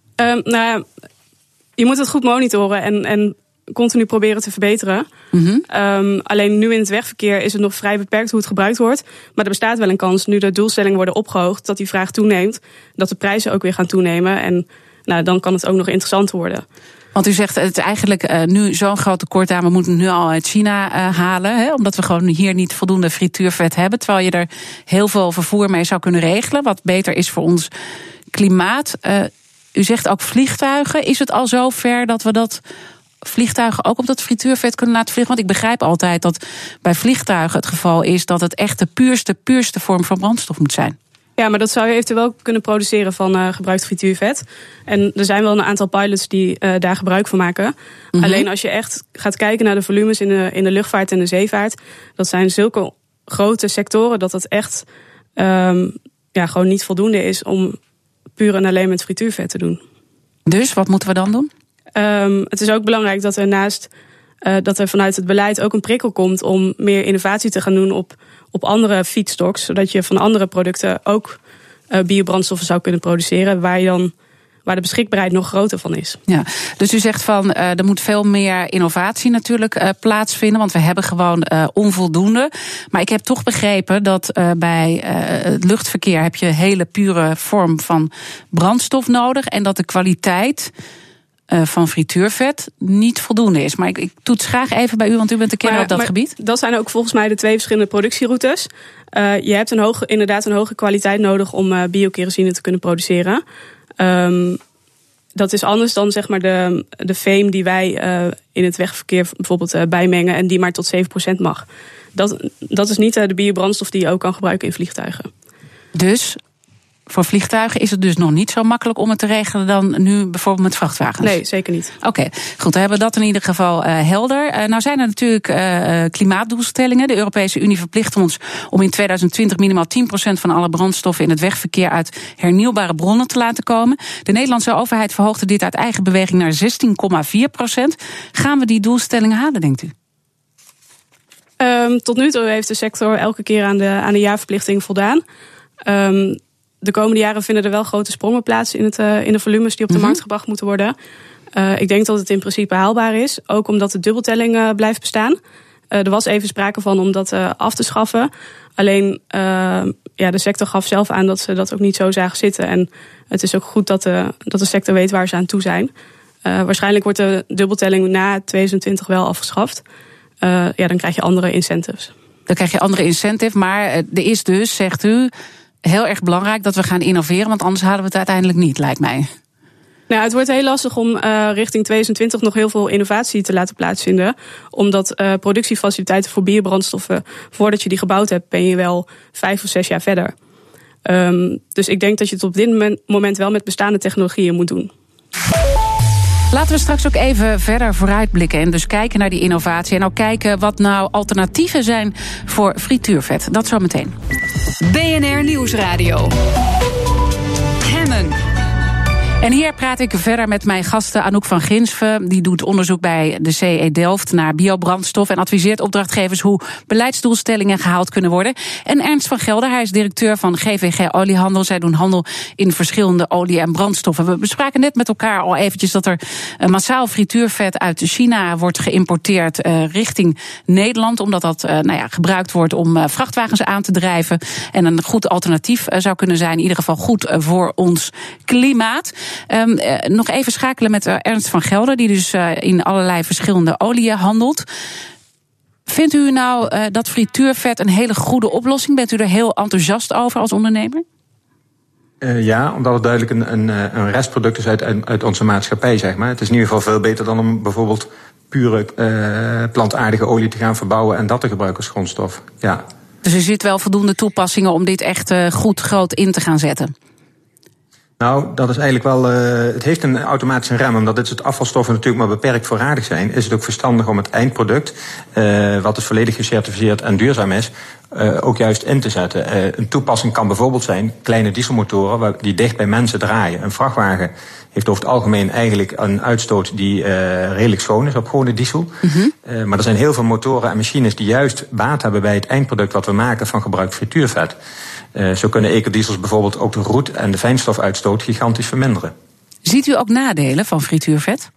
Je moet het goed monitoren en continu proberen te verbeteren. Mm-hmm. Alleen nu in het wegverkeer is het nog vrij beperkt hoe het gebruikt wordt. Maar er bestaat wel een kans, nu de doelstellingen worden opgehoogd, dat die vraag toeneemt, dat de prijzen ook weer gaan toenemen. En dan kan het ook nog interessanter worden. Want u zegt het eigenlijk nu zo'n groot tekort aan, we moeten het nu al uit China halen. Hè, omdat we gewoon hier niet voldoende frituurvet hebben. Terwijl je er heel veel vervoer mee zou kunnen regelen. Wat beter is voor ons klimaat. U zegt ook vliegtuigen. Is het al zo ver dat we vliegtuigen ook op dat frituurvet kunnen laten vliegen? Want ik begrijp altijd dat bij vliegtuigen het geval is dat het echt de puurste vorm van brandstof moet zijn. Ja, maar dat zou je eventueel kunnen produceren van gebruikt frituurvet. En er zijn wel een aantal pilots die daar gebruik van maken. Mm-hmm. Alleen als je echt gaat kijken naar de volumes in de luchtvaart en de zeevaart, dat zijn zulke grote sectoren dat het echt gewoon niet voldoende is om puur en alleen met frituurvet te doen. Dus wat moeten we dan doen? Het is ook belangrijk dat er dat er vanuit het beleid ook een prikkel komt om meer innovatie te gaan doen op andere feedstocks, zodat je van andere producten ook biobrandstoffen zou kunnen produceren, waar de beschikbaarheid nog groter van is. Ja, dus u zegt van er moet veel meer innovatie natuurlijk plaatsvinden, want we hebben gewoon onvoldoende. Maar ik heb toch begrepen dat bij het luchtverkeer heb je een hele pure vorm van brandstof nodig en dat de kwaliteit van frituurvet niet voldoende is. Maar ik toets graag even bij u, want u bent de kenner op dat gebied. Dat zijn ook volgens mij de 2 verschillende productieroutes. Je hebt inderdaad een hoge kwaliteit nodig om biokerosine te kunnen produceren. Dat is anders dan zeg maar de fame die wij in het wegverkeer bijvoorbeeld bijmengen en die maar tot 7% mag. Dat is niet de biobrandstof die je ook kan gebruiken in vliegtuigen. Dus voor vliegtuigen is het dus nog niet zo makkelijk om het te regelen dan nu bijvoorbeeld met vrachtwagens? Nee, zeker niet. Oké, goed, dan hebben we dat in ieder geval helder. Nou zijn er natuurlijk klimaatdoelstellingen. De Europese Unie verplicht ons om in 2020 minimaal 10% van alle brandstoffen in het wegverkeer uit hernieuwbare bronnen te laten komen. De Nederlandse overheid verhoogde dit uit eigen beweging naar 16,4%. Gaan we die doelstelling halen, denkt u? Tot nu toe heeft de sector elke keer aan de jaarverplichting voldaan. De komende jaren vinden er wel grote sprongen plaats in de volumes die op de markt gebracht moeten worden. Ik denk dat het in principe haalbaar is. Ook omdat de dubbeltelling blijft bestaan. Er was even sprake van om dat af te schaffen. Alleen de sector gaf zelf aan dat ze dat ook niet zo zagen zitten. En het is ook goed dat de sector weet waar ze aan toe zijn. Waarschijnlijk wordt de dubbeltelling na 2020 wel afgeschaft. Dan krijg je andere incentives. Dan krijg je andere incentives, maar er is dus, zegt u, heel erg belangrijk dat we gaan innoveren, want anders halen we het uiteindelijk niet, lijkt mij. Nou, het wordt heel lastig om richting 2020 nog heel veel innovatie te laten plaatsvinden. Omdat productiefaciliteiten voor biobrandstoffen, voordat je die gebouwd hebt, ben je wel 5 of 6 jaar verder. Dus ik denk dat je het op dit moment wel met bestaande technologieën moet doen. Laten we straks ook even verder vooruitblikken en dus kijken naar die innovatie. En ook kijken wat nou alternatieven zijn voor frituurvet. Dat zometeen. BNR Nieuwsradio. Hemmen. En hier praat ik verder met mijn gasten Anouk van Ginsven. Die doet onderzoek bij de CE Delft naar biobrandstof en adviseert opdrachtgevers hoe beleidsdoelstellingen gehaald kunnen worden. En Ernst van Gelder, hij is directeur van GVG Oliehandel. Zij doen handel in verschillende olie- en brandstoffen. We bespraken net met elkaar al eventjes dat er massaal frituurvet uit China wordt geïmporteerd richting Nederland. Omdat dat gebruikt wordt om vrachtwagens aan te drijven. En een goed alternatief zou kunnen zijn. In ieder geval goed voor ons klimaat. Nog even schakelen met Ernst van Gelder, die dus in allerlei verschillende oliën handelt. Vindt u nou dat frituurvet een hele goede oplossing? Bent u er heel enthousiast over als ondernemer? Ja, omdat het duidelijk een restproduct is uit onze maatschappij, zeg maar. Het is in ieder geval veel beter dan om bijvoorbeeld pure plantaardige olie te gaan verbouwen en dat te gebruiken als grondstof. Ja. Dus er zit wel voldoende toepassingen om dit echt goed groot in te gaan zetten? Nou, dat is eigenlijk wel. Het heeft een automatische rem, omdat dit soort afvalstoffen natuurlijk maar beperkt voorradig zijn. Is het ook verstandig om het eindproduct, wat dus volledig gecertificeerd en duurzaam is, ook juist in te zetten. Een toepassing kan bijvoorbeeld zijn kleine dieselmotoren die dicht bij mensen draaien. Een vrachtwagen heeft over het algemeen eigenlijk een uitstoot die redelijk schoon is op gewone diesel. Mm-hmm. Maar er zijn heel veel motoren en machines die juist baat hebben bij het eindproduct wat we maken van gebruikt frituurvet. Zo kunnen ecodiesels bijvoorbeeld ook de roet- en de fijnstofuitstoot gigantisch verminderen. Ziet u ook nadelen van frituurvet?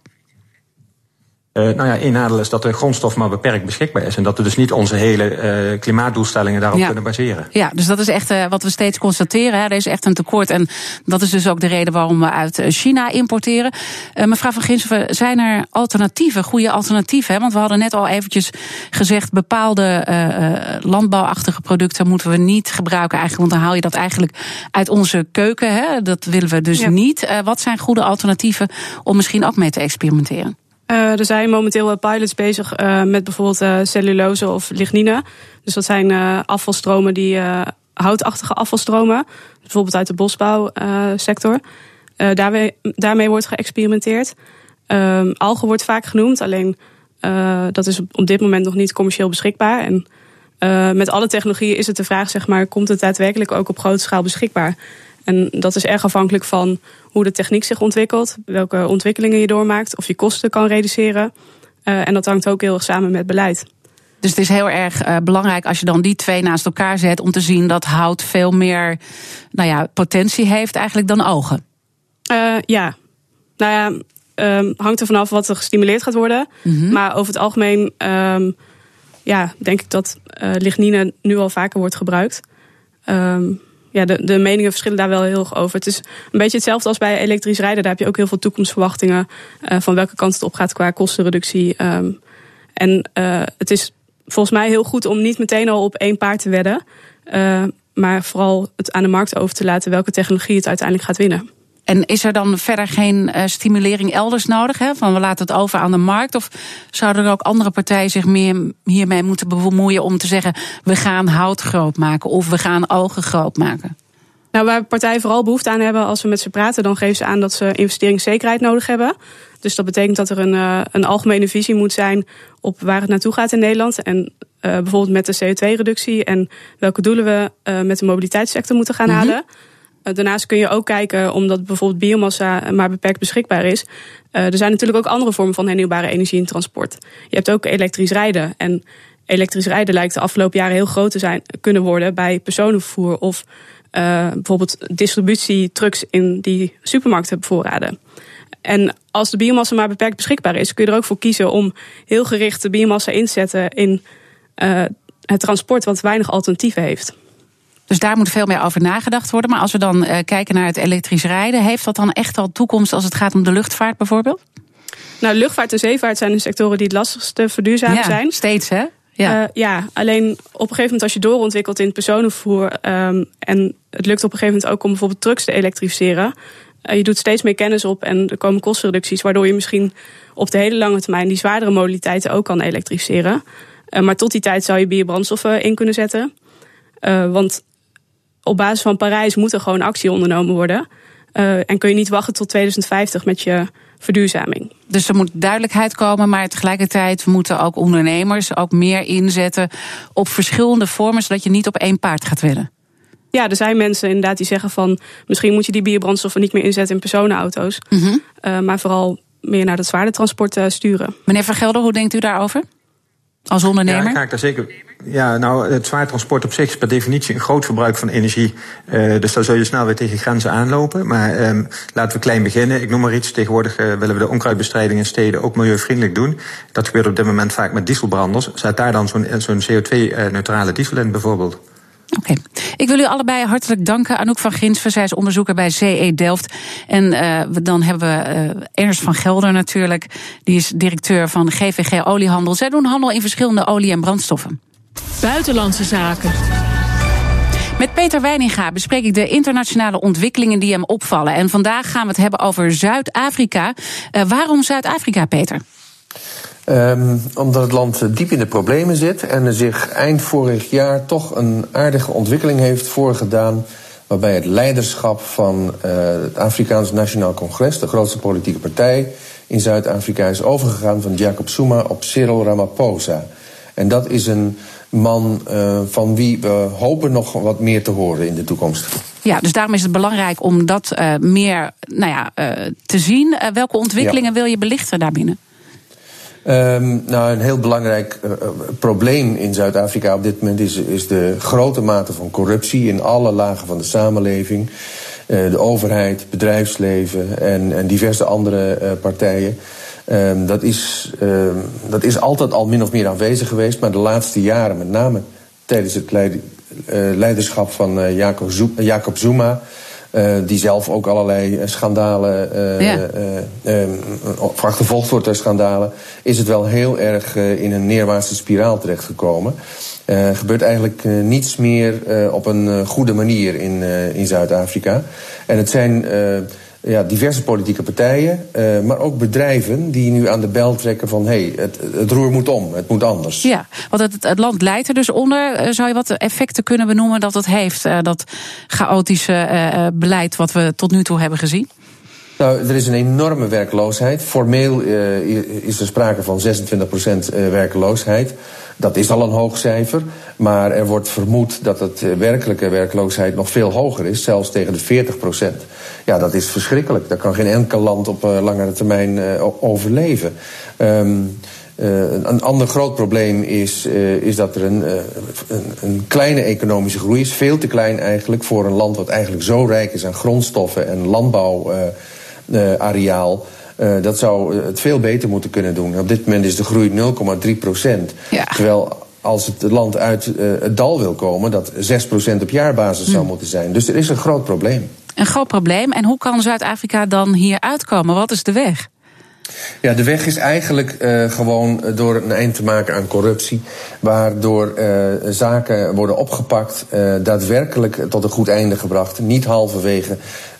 Één nadeel is dat de grondstof maar beperkt beschikbaar is. En dat we dus niet onze hele klimaatdoelstellingen daarop kunnen baseren. Ja, dus dat is echt wat we steeds constateren. Hè. Er is echt een tekort. En dat is dus ook de reden waarom we uit China importeren. Mevrouw van Ginsven, zijn er alternatieven, goede alternatieven? Hè? Want we hadden net al eventjes gezegd, bepaalde landbouwachtige producten moeten we niet gebruiken eigenlijk. Want dan haal je dat eigenlijk uit onze keuken. Hè? Dat willen we dus niet. Wat zijn goede alternatieven om misschien ook mee te experimenteren? Er zijn momenteel pilots bezig met bijvoorbeeld cellulose of lignine. Dus dat zijn afvalstromen houtachtige afvalstromen. Bijvoorbeeld uit de bosbouwsector. Daarmee wordt geëxperimenteerd. Algen wordt vaak genoemd, alleen dat is op dit moment nog niet commercieel beschikbaar. En met alle technologieën is het de vraag, zeg maar, komt het daadwerkelijk ook op grote schaal beschikbaar? En dat is erg afhankelijk van hoe de techniek zich ontwikkelt, welke ontwikkelingen je doormaakt, of je kosten kan reduceren. En dat hangt ook heel erg samen met beleid. Dus het is heel erg belangrijk als je dan die twee naast elkaar zet om te zien dat hout veel meer potentie heeft eigenlijk dan ogen. Hangt er vanaf wat er gestimuleerd gaat worden. Mm-hmm. Maar over het algemeen denk ik dat lignine nu al vaker wordt gebruikt. De meningen verschillen daar wel heel erg over. Het is een beetje hetzelfde als bij elektrisch rijden. Daar heb je ook heel veel toekomstverwachtingen van welke kant het op gaat qua kostenreductie. Het is volgens mij heel goed om niet meteen al op één paard te wedden. Maar vooral het aan de markt over te laten welke technologie het uiteindelijk gaat winnen. En is er dan verder geen stimulering elders nodig? Hè? Van we laten het over aan de markt? Of zouden er ook andere partijen zich meer hiermee moeten bemoeien om te zeggen, we gaan hout groot maken of we gaan ogen groot maken? Nou, waar partijen vooral behoefte aan hebben als we met ze praten, dan geven ze aan dat ze investeringszekerheid nodig hebben. Dus dat betekent dat er een algemene visie moet zijn op waar het naartoe gaat in Nederland. En bijvoorbeeld met de CO2-reductie en welke doelen we met de mobiliteitssector moeten gaan halen. Daarnaast kun je ook kijken, omdat bijvoorbeeld biomassa maar beperkt beschikbaar is. Er zijn natuurlijk ook andere vormen van hernieuwbare energie in transport. Je hebt ook elektrisch rijden. En elektrisch rijden lijkt de afgelopen jaren heel groot te kunnen worden bij personenvervoer of bijvoorbeeld distributietrucks in die supermarkten bevoorraden. En als de biomassa maar beperkt beschikbaar is, kun je er ook voor kiezen om heel gericht de biomassa in te zetten in het transport wat weinig alternatieven heeft. Dus daar moet veel meer over nagedacht worden. Maar als we dan kijken naar het elektrisch rijden, heeft dat dan echt al toekomst als het gaat om de luchtvaart bijvoorbeeld? Nou, luchtvaart en zeevaart zijn de sectoren die het lastigste verduurzamen zijn. Steeds hè? Alleen op een gegeven moment als je doorontwikkelt in het personenvervoer en het lukt op een gegeven moment ook om bijvoorbeeld trucks te elektrificeren. Je doet steeds meer kennis op en er komen kostenreducties, waardoor je misschien op de hele lange termijn die zwaardere modaliteiten ook kan elektrificeren. Maar tot die tijd zou je biobrandstoffen in kunnen zetten. Want op basis van Parijs moet er gewoon actie ondernomen worden. En kun je niet wachten tot 2050 met je verduurzaming. Dus er moet duidelijkheid komen, maar tegelijkertijd moeten ook ondernemers ook meer inzetten op verschillende vormen, zodat je niet op één paard gaat wedden. Ja, er zijn mensen inderdaad die zeggen van misschien moet je die biobrandstoffen niet meer inzetten in personenauto's. Mm-hmm. Maar vooral meer naar het zwaardetransport sturen. Meneer Van Gelder, hoe denkt u daarover? Als ondernemer? Ja, ga ik daar zeker. Ja, nou, het zwaartransport op zich is per definitie een groot verbruik van energie. Dus daar zul je snel weer tegen grenzen aanlopen. Maar laten we klein beginnen. Ik noem maar iets. Tegenwoordig willen we de onkruidbestrijding in steden ook milieuvriendelijk doen. Dat gebeurt op dit moment vaak met dieselbranders. Zet daar dan zo'n CO2-neutrale diesel in bijvoorbeeld. Oké. Ik wil u allebei hartelijk danken. Anouk van Ginsven, zij is onderzoeker bij CE Delft. En dan hebben we Ernst van Gelder natuurlijk. Die is directeur van GVG Oliehandel. Zij doen handel in verschillende olie- en brandstoffen. Buitenlandse zaken. Met Peter Wijninga bespreek ik de internationale ontwikkelingen die hem opvallen. En vandaag gaan we het hebben over Zuid-Afrika. Waarom Zuid-Afrika, Peter? Omdat het land diep in de problemen zit en er zich eind vorig jaar toch een aardige ontwikkeling heeft voorgedaan, waarbij het leiderschap van het Afrikaans Nationaal Congres, de grootste politieke partij in Zuid-Afrika, is overgegaan van Jacob Zuma op Cyril Ramaphosa. En dat is een man van wie we hopen nog wat meer te horen in de toekomst. Ja, dus daarom is het belangrijk om dat meer te zien. Welke ontwikkelingen wil je belichten daarbinnen? Nou, een heel belangrijk probleem in Zuid-Afrika op dit moment is de grote mate van corruptie in alle lagen van de samenleving. De overheid, bedrijfsleven en diverse andere partijen. Dat is altijd al min of meer aanwezig geweest, maar de laatste jaren, met name tijdens het leiderschap van Jacob Zuma, die zelf ook allerlei schandalen achtervolgd wordt door schandalen, is het wel heel erg in een neerwaartse spiraal terechtgekomen. Er gebeurt eigenlijk niets meer op een goede manier in Zuid-Afrika. En het zijn diverse politieke partijen, maar ook bedrijven die nu aan de bel trekken van het roer moet om, het moet anders. Ja, want het land leidt er dus onder. Zou je wat effecten kunnen benoemen dat het heeft, dat chaotische beleid wat we tot nu toe hebben gezien? Nou, er is een enorme werkloosheid. Formeel is er sprake van 26% werkloosheid. Dat is al een hoog cijfer, maar er wordt vermoed dat het werkelijke werkloosheid nog veel hoger is, zelfs tegen de 40%. Ja, dat is verschrikkelijk. Daar kan geen enkel land op langere termijn overleven. Een ander groot probleem is dat er een kleine economische groei is, veel te klein eigenlijk voor een land wat eigenlijk zo rijk is aan grondstoffen en landbouwareaal. Dat zou het veel beter moeten kunnen doen. Op dit moment is de groei 0,3%. Ja. Terwijl als het land uit het dal wil komen, dat 6% op jaarbasis zou moeten zijn. Dus er is een groot probleem. Een groot probleem. En hoe kan Zuid-Afrika dan hier uitkomen? Wat is de weg? Ja, de weg is eigenlijk gewoon door een eind te maken aan corruptie, waardoor zaken worden opgepakt, daadwerkelijk tot een goed einde gebracht, niet halverwege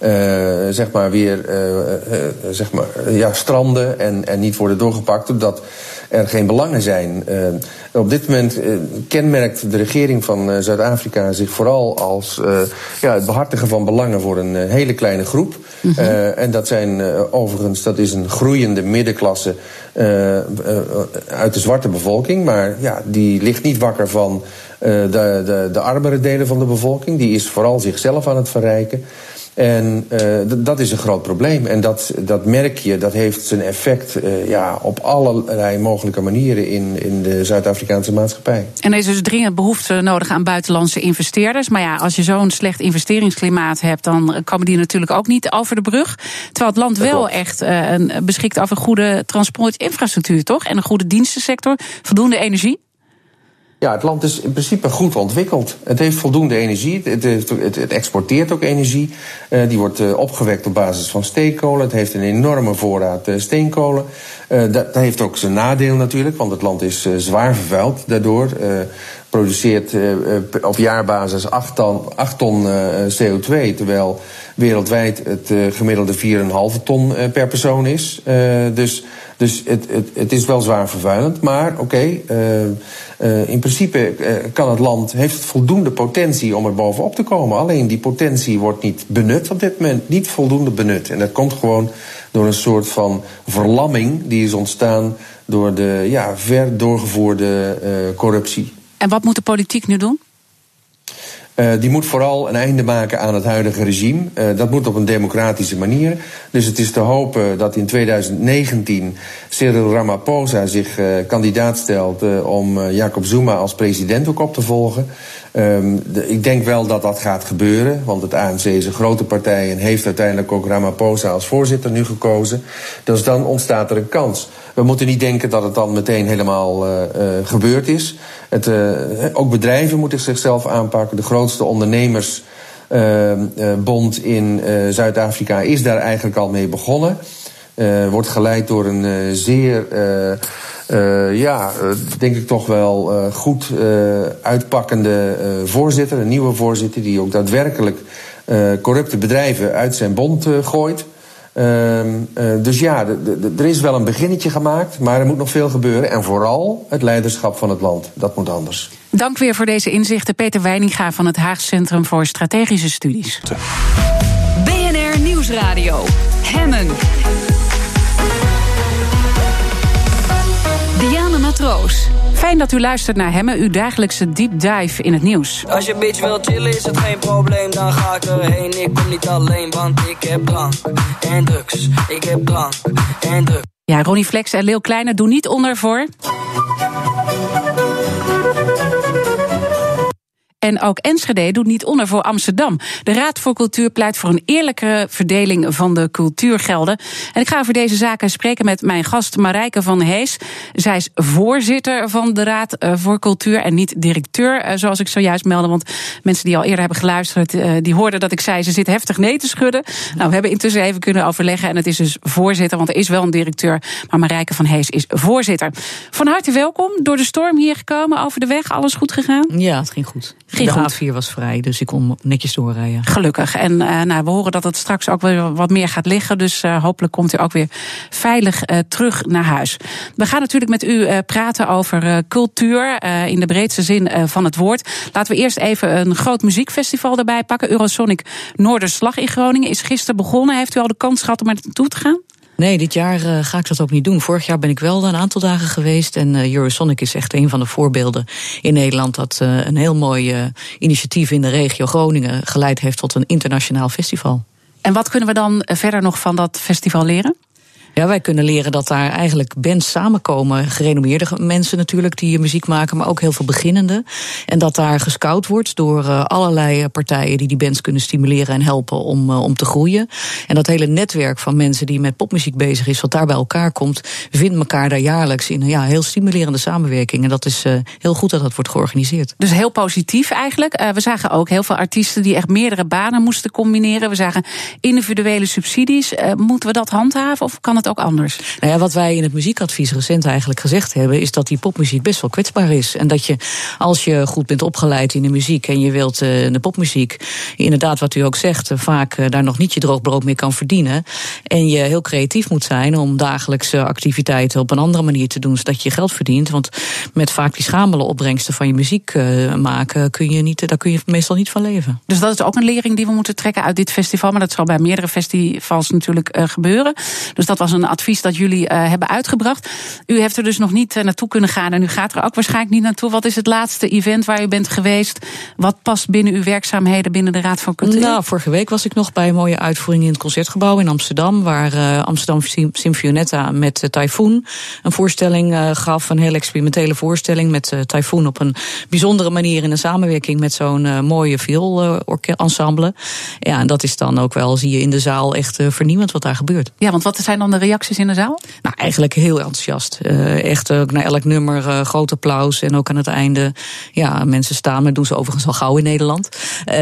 stranden en niet worden doorgepakt doordat er geen belangen zijn. Op dit moment kenmerkt de regering van Zuid-Afrika zich vooral als het behartigen van belangen voor een hele kleine groep. Mm-hmm. En dat zijn overigens, dat is een groeiende middenklasse uit de zwarte bevolking. Maar ja, die ligt niet wakker van de armere delen van de bevolking. Die is vooral zichzelf aan het verrijken. En dat is een groot probleem. En dat merk je, dat heeft zijn effect op allerlei mogelijke manieren in de Zuid-Afrikaanse maatschappij. En er is dus dringend behoefte nodig aan buitenlandse investeerders. Maar ja, als je zo'n slecht investeringsklimaat hebt, dan komen die natuurlijk ook niet over de brug. Terwijl het land wel echt beschikt over goede transportinfrastructuur, toch? En een goede dienstensector, voldoende energie. Ja, het land is in principe goed ontwikkeld. Het heeft voldoende energie, het exporteert ook energie. Die wordt opgewekt op basis van steenkolen. Het heeft een enorme voorraad steenkolen. Dat heeft ook zijn nadeel natuurlijk, want het land is zwaar vervuild daardoor. Produceert op jaarbasis 8 ton CO2, terwijl wereldwijd het gemiddelde 4,5 ton per persoon is. Dus Dus het is wel zwaar vervuilend. Maar in principe heeft het voldoende potentie om er bovenop te komen. Alleen die potentie wordt niet benut op dit moment. Niet voldoende benut. En dat komt gewoon door een soort van verlamming die is ontstaan door de ver doorgevoerde corruptie. En wat moet de politiek nu doen? Die moet vooral een einde maken aan het huidige regime. Dat moet op een democratische manier. Dus het is te hopen dat in 2019 Cyril Ramaphosa zich kandidaat stelt om Jacob Zuma als president ook op te volgen. Ik denk wel dat dat gaat gebeuren, want het ANC is een grote partij en heeft uiteindelijk ook Ramaphosa als voorzitter nu gekozen. Dus dan ontstaat er een kans. We moeten niet denken dat het dan meteen helemaal gebeurd is. Ook bedrijven moeten zichzelf aanpakken. De grootste ondernemersbond in Zuid-Afrika is daar eigenlijk al mee begonnen. Wordt geleid door een zeer, denk ik toch wel goed uitpakkende voorzitter. Een nieuwe voorzitter die ook daadwerkelijk corrupte bedrijven uit zijn bond gooit. Dus er is wel een beginnetje gemaakt, maar er moet nog veel gebeuren. En vooral het leiderschap van het land, dat moet anders. Dank weer voor deze inzichten. Peter Weininga van het Haag Centrum voor Strategische Studies. BNR Nieuwsradio. Hemmen. Diana Matroos. Fijn dat u luistert naar Hemmen, uw dagelijkse deep dive in het nieuws. Als je een beetje wil chillen is het geen probleem, dan ga ik erheen. Ik kom niet alleen, want ik heb drank en drugs. Ik heb drank en drugs. Ja, Ronnie Flex en Leeuw Kleine doen niet onder voor... En ook Enschede doet niet onder voor Amsterdam. De Raad voor Cultuur pleit voor een eerlijke verdeling van de cultuurgelden. En ik ga over deze zaken spreken met mijn gast Marijke van Hees. Zij is voorzitter van de Raad voor Cultuur en niet directeur, zoals ik zojuist meldde. Want mensen die al eerder hebben geluisterd, die hoorden dat ik zei ze zit heftig nee te schudden. Nou, we hebben intussen even kunnen overleggen en het is dus voorzitter, want er is wel een directeur. Maar Marijke van Hees is voorzitter. Van harte welkom, door de storm hier gekomen, over de weg, alles goed gegaan? Ja, het ging goed. De A4 was vrij, dus ik kon netjes doorrijden. Gelukkig. En we horen dat het straks ook weer wat meer gaat liggen. Dus hopelijk komt u ook weer veilig terug naar huis. We gaan natuurlijk met u praten over cultuur in de breedste zin van het woord. Laten we eerst even een groot muziekfestival erbij pakken. Eurosonic Noorderslag in Groningen is gisteren begonnen. Heeft u al de kans gehad om er naartoe te gaan? Nee, dit jaar ga ik dat ook niet doen. Vorig jaar ben ik wel een aantal dagen geweest. En Eurosonic is echt een van de voorbeelden in Nederland dat een heel mooi initiatief in de regio Groningen geleid heeft tot een internationaal festival. En wat kunnen we dan verder nog van dat festival leren? Ja, wij kunnen leren dat daar eigenlijk bands samenkomen. Gerenommeerde mensen natuurlijk die muziek maken, maar ook heel veel beginnenden. En dat daar gescout wordt door allerlei partijen die bands kunnen stimuleren en helpen om te groeien. En dat hele netwerk van mensen die met popmuziek bezig is, wat daar bij elkaar komt, vindt elkaar daar jaarlijks in een heel stimulerende samenwerking. En dat is heel goed dat dat wordt georganiseerd. Dus heel positief eigenlijk. We zagen ook heel veel artiesten die echt meerdere banen moesten combineren. We zagen individuele subsidies. Moeten we dat handhaven of kan het ook anders? Nou ja, wat wij in het muziekadvies recent eigenlijk gezegd hebben, is dat die popmuziek best wel kwetsbaar is. En dat je, als je goed bent opgeleid in de muziek en je wilt de popmuziek, inderdaad wat u ook zegt, vaak daar nog niet je droog brood mee kan verdienen. En je heel creatief moet zijn om dagelijkse activiteiten op een andere manier te doen, zodat je geld verdient. Want met vaak die schamele opbrengsten van je muziek maken, daar kun je meestal niet van leven. Dus dat is ook een lering die we moeten trekken uit dit festival. Maar dat zal bij meerdere festivals natuurlijk gebeuren. Dus dat was een advies dat jullie hebben uitgebracht. U heeft er dus nog niet naartoe kunnen gaan en u gaat er ook waarschijnlijk niet naartoe. Wat is het laatste event waar u bent geweest? Wat past binnen uw werkzaamheden binnen de Raad voor Cultuur? Nou, vorige week was ik nog bij een mooie uitvoering in het Concertgebouw in Amsterdam, waar Amsterdam Symfionetta met Typhoon een voorstelling gaf. Een heel experimentele voorstelling met Typhoon op een bijzondere manier in een samenwerking met zo'n mooie viool-ensemble. Ja, en dat is dan ook wel, zie je in de zaal, echt vernieuwend wat daar gebeurt. Ja, want wat zijn dan de reacties in de zaal? Nou, eigenlijk heel enthousiast. Echt ook naar elk nummer groot applaus. En ook aan het einde, ja, mensen staan, maar doen ze overigens al gauw in Nederland.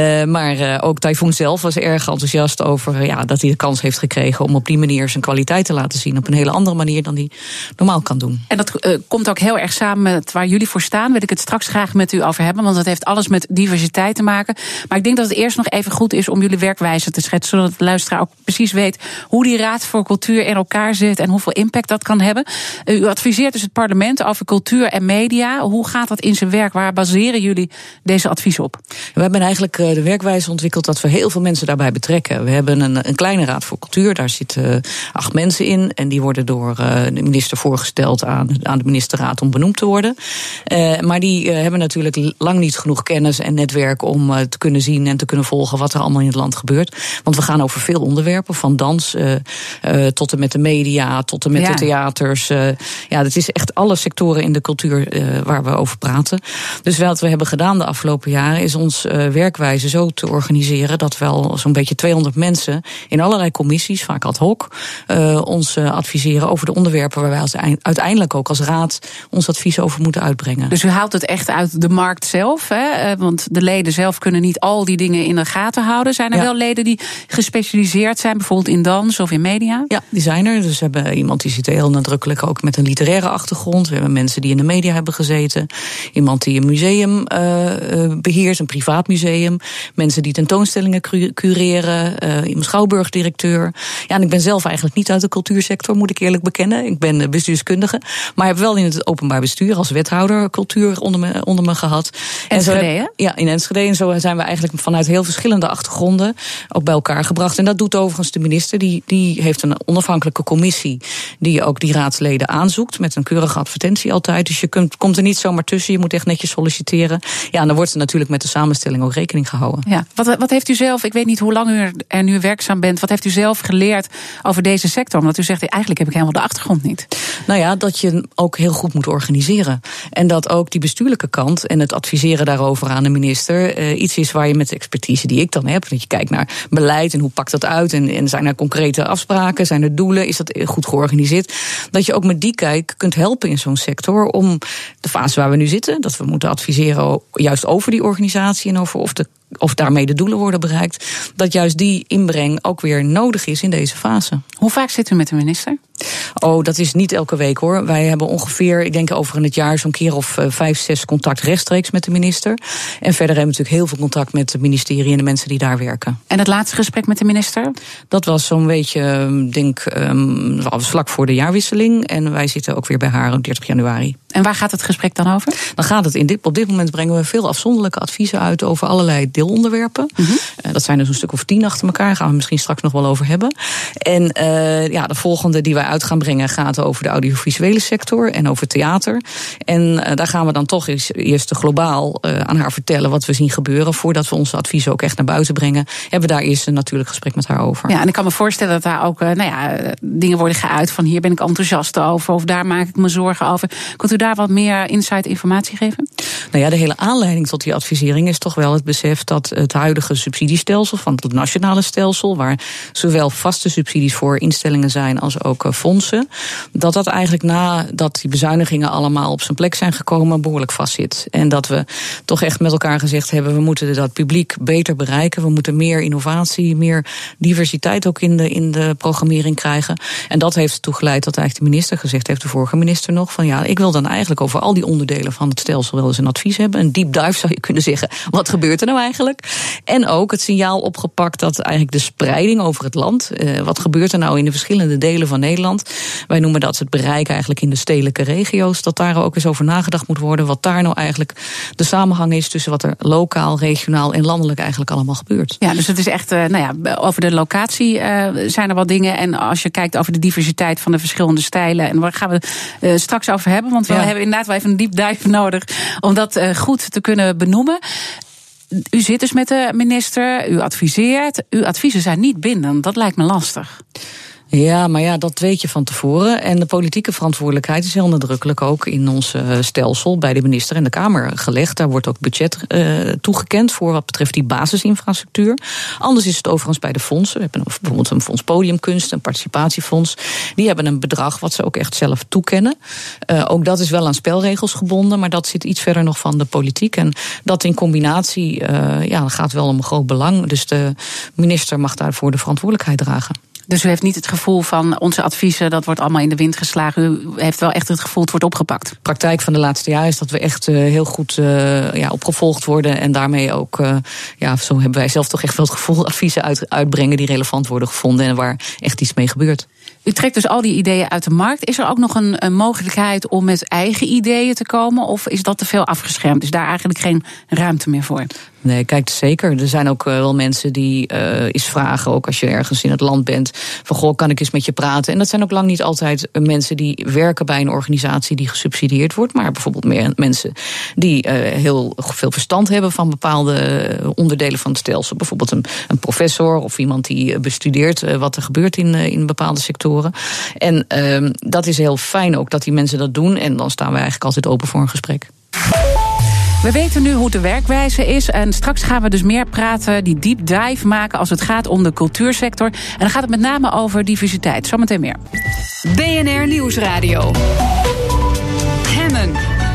Maar ook Typhoon zelf was erg enthousiast over dat hij de kans heeft gekregen om op die manier zijn kwaliteit te laten zien. Op een hele andere manier dan hij normaal kan doen. En dat komt ook heel erg samen met waar jullie voor staan. Wil ik het straks graag met u over hebben, want dat heeft alles met diversiteit te maken. Maar ik denk dat het eerst nog even goed is om jullie werkwijze te schetsen, zodat de luisteraar ook precies weet hoe die Raad voor Cultuur in elkaar elkaar zit en hoeveel impact dat kan hebben. U adviseert dus het parlement over cultuur en media. Hoe gaat dat in zijn werk? Waar baseren jullie deze adviezen op? We hebben eigenlijk de werkwijze ontwikkeld dat we heel veel mensen daarbij betrekken. We hebben een kleine raad voor cultuur. Daar zitten 8 mensen in. En die worden door de minister voorgesteld aan de ministerraad om benoemd te worden. Maar die hebben natuurlijk lang niet genoeg kennis en netwerk om te kunnen zien en te kunnen volgen wat er allemaal in het land gebeurt. Want we gaan over veel onderwerpen, van dans tot en met de media, tot en met de theaters. Het is echt alle sectoren in de cultuur waar we over praten. Dus wat we hebben gedaan de afgelopen jaren is ons werkwijze zo te organiseren dat wel zo'n beetje 200 mensen in allerlei commissies, vaak ad hoc, ons adviseren over de onderwerpen waar wij uiteindelijk ook als raad ons advies over moeten uitbrengen. Dus u haalt het echt uit de markt zelf, hè? Want de leden zelf kunnen niet al die dingen in de gaten houden. Zijn er wel leden die gespecialiseerd zijn, bijvoorbeeld in dans of in media? Ja, die zijn er. Dus we hebben iemand die zit heel nadrukkelijk ook met een literaire achtergrond. We hebben mensen die in de media hebben gezeten. Iemand die een museum beheert, een privaat museum. Mensen die tentoonstellingen cureren. Een schouwburgdirecteur. Ja, en ik ben zelf eigenlijk niet uit de cultuursector, moet ik eerlijk bekennen. Ik ben bestuurskundige, maar heb wel in het openbaar bestuur als wethouder cultuur onder me gehad. Enschede, hè? Ja, in Enschede. En zo zijn we eigenlijk vanuit heel verschillende achtergronden ook bij elkaar gebracht. En dat doet overigens de minister. Die heeft een onafhankelijke commissie die ook die raadsleden aanzoekt met een keurige advertentie altijd. Dus je komt er niet zomaar tussen. Je moet echt netjes solliciteren. Ja, en dan wordt er natuurlijk met de samenstelling ook rekening gehouden. Ja, wat heeft u zelf, ik weet niet hoe lang u er nu werkzaam bent, wat heeft u zelf geleerd over deze sector? Omdat u zegt, eigenlijk heb ik helemaal de achtergrond niet. Nou ja, dat je ook heel goed moet organiseren. En dat ook die bestuurlijke kant en het adviseren daarover aan de minister iets is waar je met de expertise die ik dan heb, dat je kijkt naar beleid en hoe pakt dat uit en zijn er concrete afspraken, zijn er doelen, is dat goed georganiseerd, dat je ook met die kijk kunt helpen in zo'n sector om de fase waar we nu zitten, dat we moeten adviseren juist over die organisatie en over of daarmee de doelen worden bereikt, dat juist die inbreng ook weer nodig is in deze fase. Hoe vaak zit u met de minister? Oh, dat is niet elke week hoor. Wij hebben ongeveer, ik denk over in het jaar zo'n keer of 5, 6 contact rechtstreeks met de minister. En verder hebben we natuurlijk heel veel contact met het ministerie en de mensen die daar werken. En het laatste gesprek met de minister? Dat was zo'n beetje, vlak voor de jaarwisseling. En wij zitten ook weer bij haar op 30 januari. En waar gaat het gesprek dan over? Dan gaat het op dit moment brengen we veel afzonderlijke adviezen uit over allerlei deelonderwerpen. Mm-hmm. Dat zijn dus een stuk of 10 achter elkaar. Daar gaan we misschien straks nog wel over hebben. En de volgende die wij uit gaan brengen gaat over de audiovisuele sector en over theater. En daar gaan we dan toch eerst globaal aan haar vertellen wat we zien gebeuren. Voordat we onze adviezen ook echt naar buiten brengen, hebben we daar eerst een natuurlijk gesprek met haar over. Ja, en ik kan me voorstellen dat daar ook dingen worden geuit van hier ben ik enthousiast over of daar maak ik me zorgen over. Kunt u daar wat meer insight informatie geven? Nou ja, de hele aanleiding tot die advisering is toch wel het besef dat het huidige subsidiestelsel van het nationale stelsel, waar zowel vaste subsidies voor instellingen zijn als ook fondsen, dat eigenlijk nadat die bezuinigingen allemaal op zijn plek zijn gekomen, behoorlijk vastzit. En dat we toch echt met elkaar gezegd hebben, we moeten dat publiek beter bereiken. We moeten meer innovatie, meer diversiteit ook in de programmering krijgen. En dat heeft ertoe geleid dat eigenlijk de minister gezegd heeft, de vorige minister nog, van ja, ik wil dan eigenlijk over al die onderdelen van het stelsel wel eens een advies hebben. Een deep dive zou je kunnen zeggen. Wat gebeurt er nou eigenlijk? En ook het signaal opgepakt dat eigenlijk de spreiding over het land, wat gebeurt er nou in de verschillende delen van Nederland? Wij noemen dat het bereik eigenlijk in de stedelijke regio's, dat daar ook eens over nagedacht moet worden, wat daar nou eigenlijk de samenhang is tussen wat er lokaal, regionaal en landelijk eigenlijk allemaal gebeurt. Ja, dus het is echt, over de locatie zijn er wat dingen. En als je kijkt over de diversiteit van de verschillende stijlen, en waar gaan we straks over hebben, want we hebben inderdaad wel even een deep dive nodig om dat goed te kunnen benoemen. U zit dus met de minister, u adviseert. Uw adviezen zijn niet bindend, dat lijkt me lastig. Ja, maar ja, dat weet je van tevoren. En de politieke verantwoordelijkheid is heel nadrukkelijk ook in ons stelsel bij de minister en de Kamer gelegd. Daar wordt ook budget toegekend voor wat betreft die basisinfrastructuur. Anders is het overigens bij de fondsen. We hebben bijvoorbeeld een fonds Podiumkunst, een participatiefonds. Die hebben een bedrag wat ze ook echt zelf toekennen. Ook dat is wel aan spelregels gebonden, maar dat zit iets verder nog van de politiek. En dat in combinatie gaat wel om een groot belang. Dus de minister mag daarvoor de verantwoordelijkheid dragen. Dus u heeft niet het gevoel van onze adviezen, dat wordt allemaal in de wind geslagen. U heeft wel echt het gevoel, het wordt opgepakt. De praktijk van de laatste jaren is dat we echt heel goed opgevolgd worden. En daarmee ook, zo hebben wij zelf toch echt wel het gevoel, adviezen uitbrengen die relevant worden gevonden en waar echt iets mee gebeurt. U trekt dus al die ideeën uit de markt. Is er ook nog een mogelijkheid om met eigen ideeën te komen? Of is dat te veel afgeschermd? Is daar eigenlijk geen ruimte meer voor? Nee, kijk, zeker. Er zijn ook wel mensen die eens vragen, ook als je ergens in het land bent, van goh, kan ik eens met je praten? En dat zijn ook lang niet altijd mensen die werken bij een organisatie die gesubsidieerd wordt, maar bijvoorbeeld meer mensen die heel veel verstand hebben van bepaalde onderdelen van het stelsel. Bijvoorbeeld een professor of iemand die bestudeert wat er gebeurt in bepaalde sectoren. En dat is heel fijn ook dat die mensen dat doen. En dan staan we eigenlijk altijd open voor een gesprek. We weten nu hoe de werkwijze is en straks gaan we dus meer praten, die deep dive maken als het gaat om de cultuursector. En dan gaat het met name over diversiteit. Zometeen meer. BNR Nieuwsradio. Hemmen.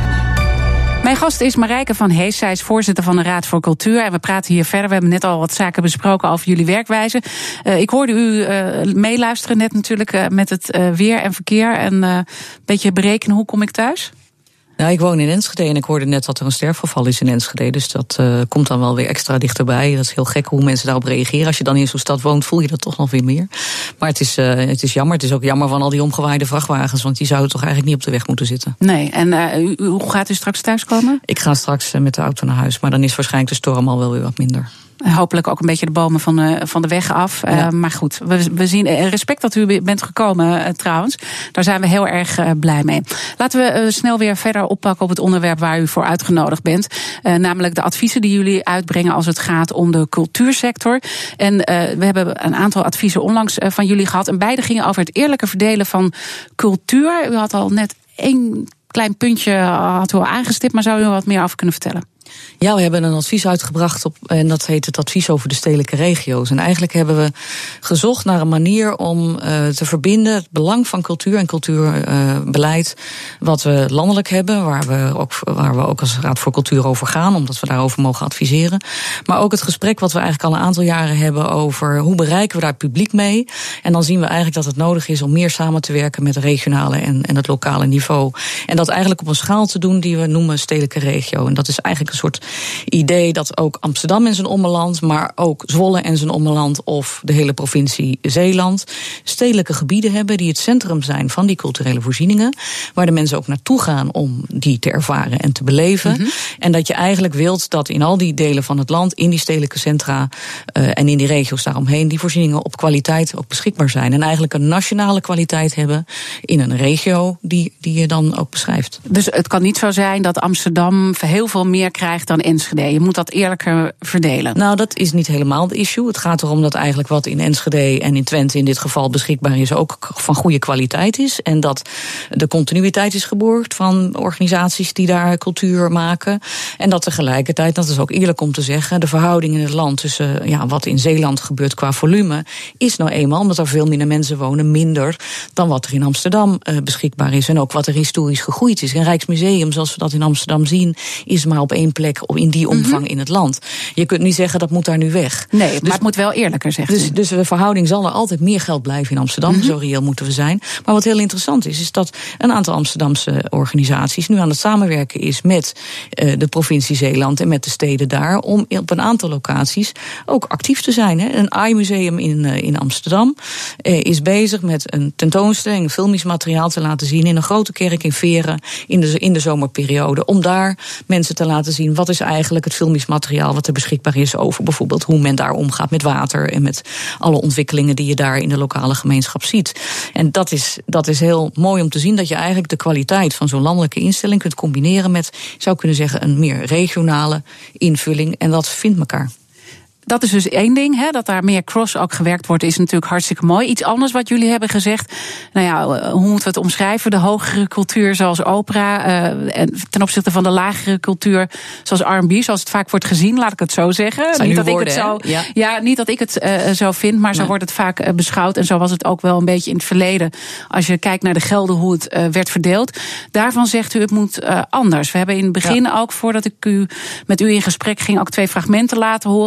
Mijn gast is Marijke van Hees. Zij is voorzitter van de Raad voor Cultuur. En we praten hier verder. We hebben net al wat zaken besproken over jullie werkwijze. Ik hoorde u meeluisteren net natuurlijk met het weer en verkeer. En een beetje berekenen hoe kom ik thuis? Nou, ik woon in Enschede en ik hoorde net dat er een sterfgeval is in Enschede. Dus dat komt dan wel weer extra dichterbij. Dat is heel gek hoe mensen daarop reageren. Als je dan in zo'n stad woont, voel je dat toch nog weer meer. Maar het is jammer. Het is ook jammer van al die omgewaaide vrachtwagens. Want die zouden toch eigenlijk niet op de weg moeten zitten. Nee, en hoe gaat u straks thuiskomen? Ik ga straks met de auto naar huis. Maar dan is waarschijnlijk de storm al wel weer wat minder. Hopelijk ook een beetje de bomen van de weg af. Ja. Maar goed, we zien respect dat u bent gekomen trouwens. Daar zijn we heel erg blij mee. Laten we snel weer verder oppakken op het onderwerp waar u voor uitgenodigd bent. Namelijk de adviezen die jullie uitbrengen als het gaat om de cultuursector. En we hebben een aantal adviezen onlangs van jullie gehad. En beide gingen over het eerlijke verdelen van cultuur. U had al net 1 klein puntje had u al aangestipt, maar zou u er wat meer over kunnen vertellen? Ja, we hebben een advies uitgebracht en dat heet het advies over de stedelijke regio's. En eigenlijk hebben we gezocht naar een manier om te verbinden het belang van cultuur en cultuurbeleid wat we landelijk hebben, waar we ook als Raad voor Cultuur over gaan, omdat we daarover mogen adviseren. Maar ook het gesprek wat we eigenlijk al een aantal jaren hebben over hoe bereiken we daar het publiek mee. En dan zien we eigenlijk dat het nodig is om meer samen te werken met het regionale en het lokale niveau. En dat eigenlijk op een schaal te doen die we noemen stedelijke regio. En dat is eigenlijk een soort idee dat ook Amsterdam en zijn ommeland, maar ook Zwolle en zijn ommeland of de hele provincie Zeeland stedelijke gebieden hebben die het centrum zijn van die culturele voorzieningen, waar de mensen ook naartoe gaan om die te ervaren en te beleven. Mm-hmm. En dat je eigenlijk wilt dat in al die delen van het land, in die stedelijke centra en in die regio's daaromheen, die voorzieningen op kwaliteit ook beschikbaar zijn. En eigenlijk een nationale kwaliteit hebben in een regio die je dan ook beschrijft. Dus het kan niet zo zijn dat Amsterdam heel veel meer krijgt dan Enschede. Je moet dat eerlijker verdelen. Nou, dat is niet helemaal de issue. Het gaat erom dat eigenlijk wat in Enschede en in Twente in dit geval beschikbaar is, ook van goede kwaliteit is. En dat de continuïteit is geborgd van organisaties die daar cultuur maken. En dat tegelijkertijd, dat is ook eerlijk om te zeggen, de verhouding in het land tussen wat in Zeeland gebeurt qua volume, is nou eenmaal, omdat er veel minder mensen wonen, minder dan wat er in Amsterdam beschikbaar is. En ook wat er historisch gegroeid is. Een Rijksmuseum, zoals we dat in Amsterdam zien, is maar op 1 plek in die omvang in het land. Je kunt niet zeggen dat moet daar nu weg. Nee, maar het moet wel eerlijker, zegt u. Dus de verhouding zal er altijd meer geld blijven in Amsterdam. Zo reëel moeten we zijn. Maar wat heel interessant is dat een aantal Amsterdamse organisaties nu aan het samenwerken is met de provincie Zeeland en met de steden daar, om op een aantal locaties ook actief te zijn. Een AI-museum in Amsterdam is bezig met een tentoonstelling, filmisch materiaal te laten zien in een grote kerk in Veren in de zomerperiode. Om daar mensen te laten zien wat is eigenlijk het filmisch materiaal wat er beschikbaar is over bijvoorbeeld hoe men daar omgaat met water en met alle ontwikkelingen die je daar in de lokale gemeenschap ziet. En dat is heel mooi om te zien dat je eigenlijk de kwaliteit van zo'n landelijke instelling kunt combineren met, ik zou kunnen zeggen, een meer regionale invulling. En dat vindt elkaar. Dat is dus één ding, dat daar meer cross ook gewerkt wordt, is natuurlijk hartstikke mooi. Iets anders wat jullie hebben gezegd, hoe moeten we het omschrijven? De hogere cultuur zoals opera, en ten opzichte van de lagere cultuur zoals R&B, zoals het vaak wordt gezien, laat ik het zo zeggen. Niet dat ik het zo, niet dat ik het zo vind, maar zo wordt het vaak beschouwd. En zo was het ook wel een beetje in het verleden. Als je kijkt naar de gelden, hoe het werd verdeeld. Daarvan zegt u, het moet anders. We hebben in het begin ook, voordat ik met u in gesprek ging, ook 2 fragmenten laten horen. Bach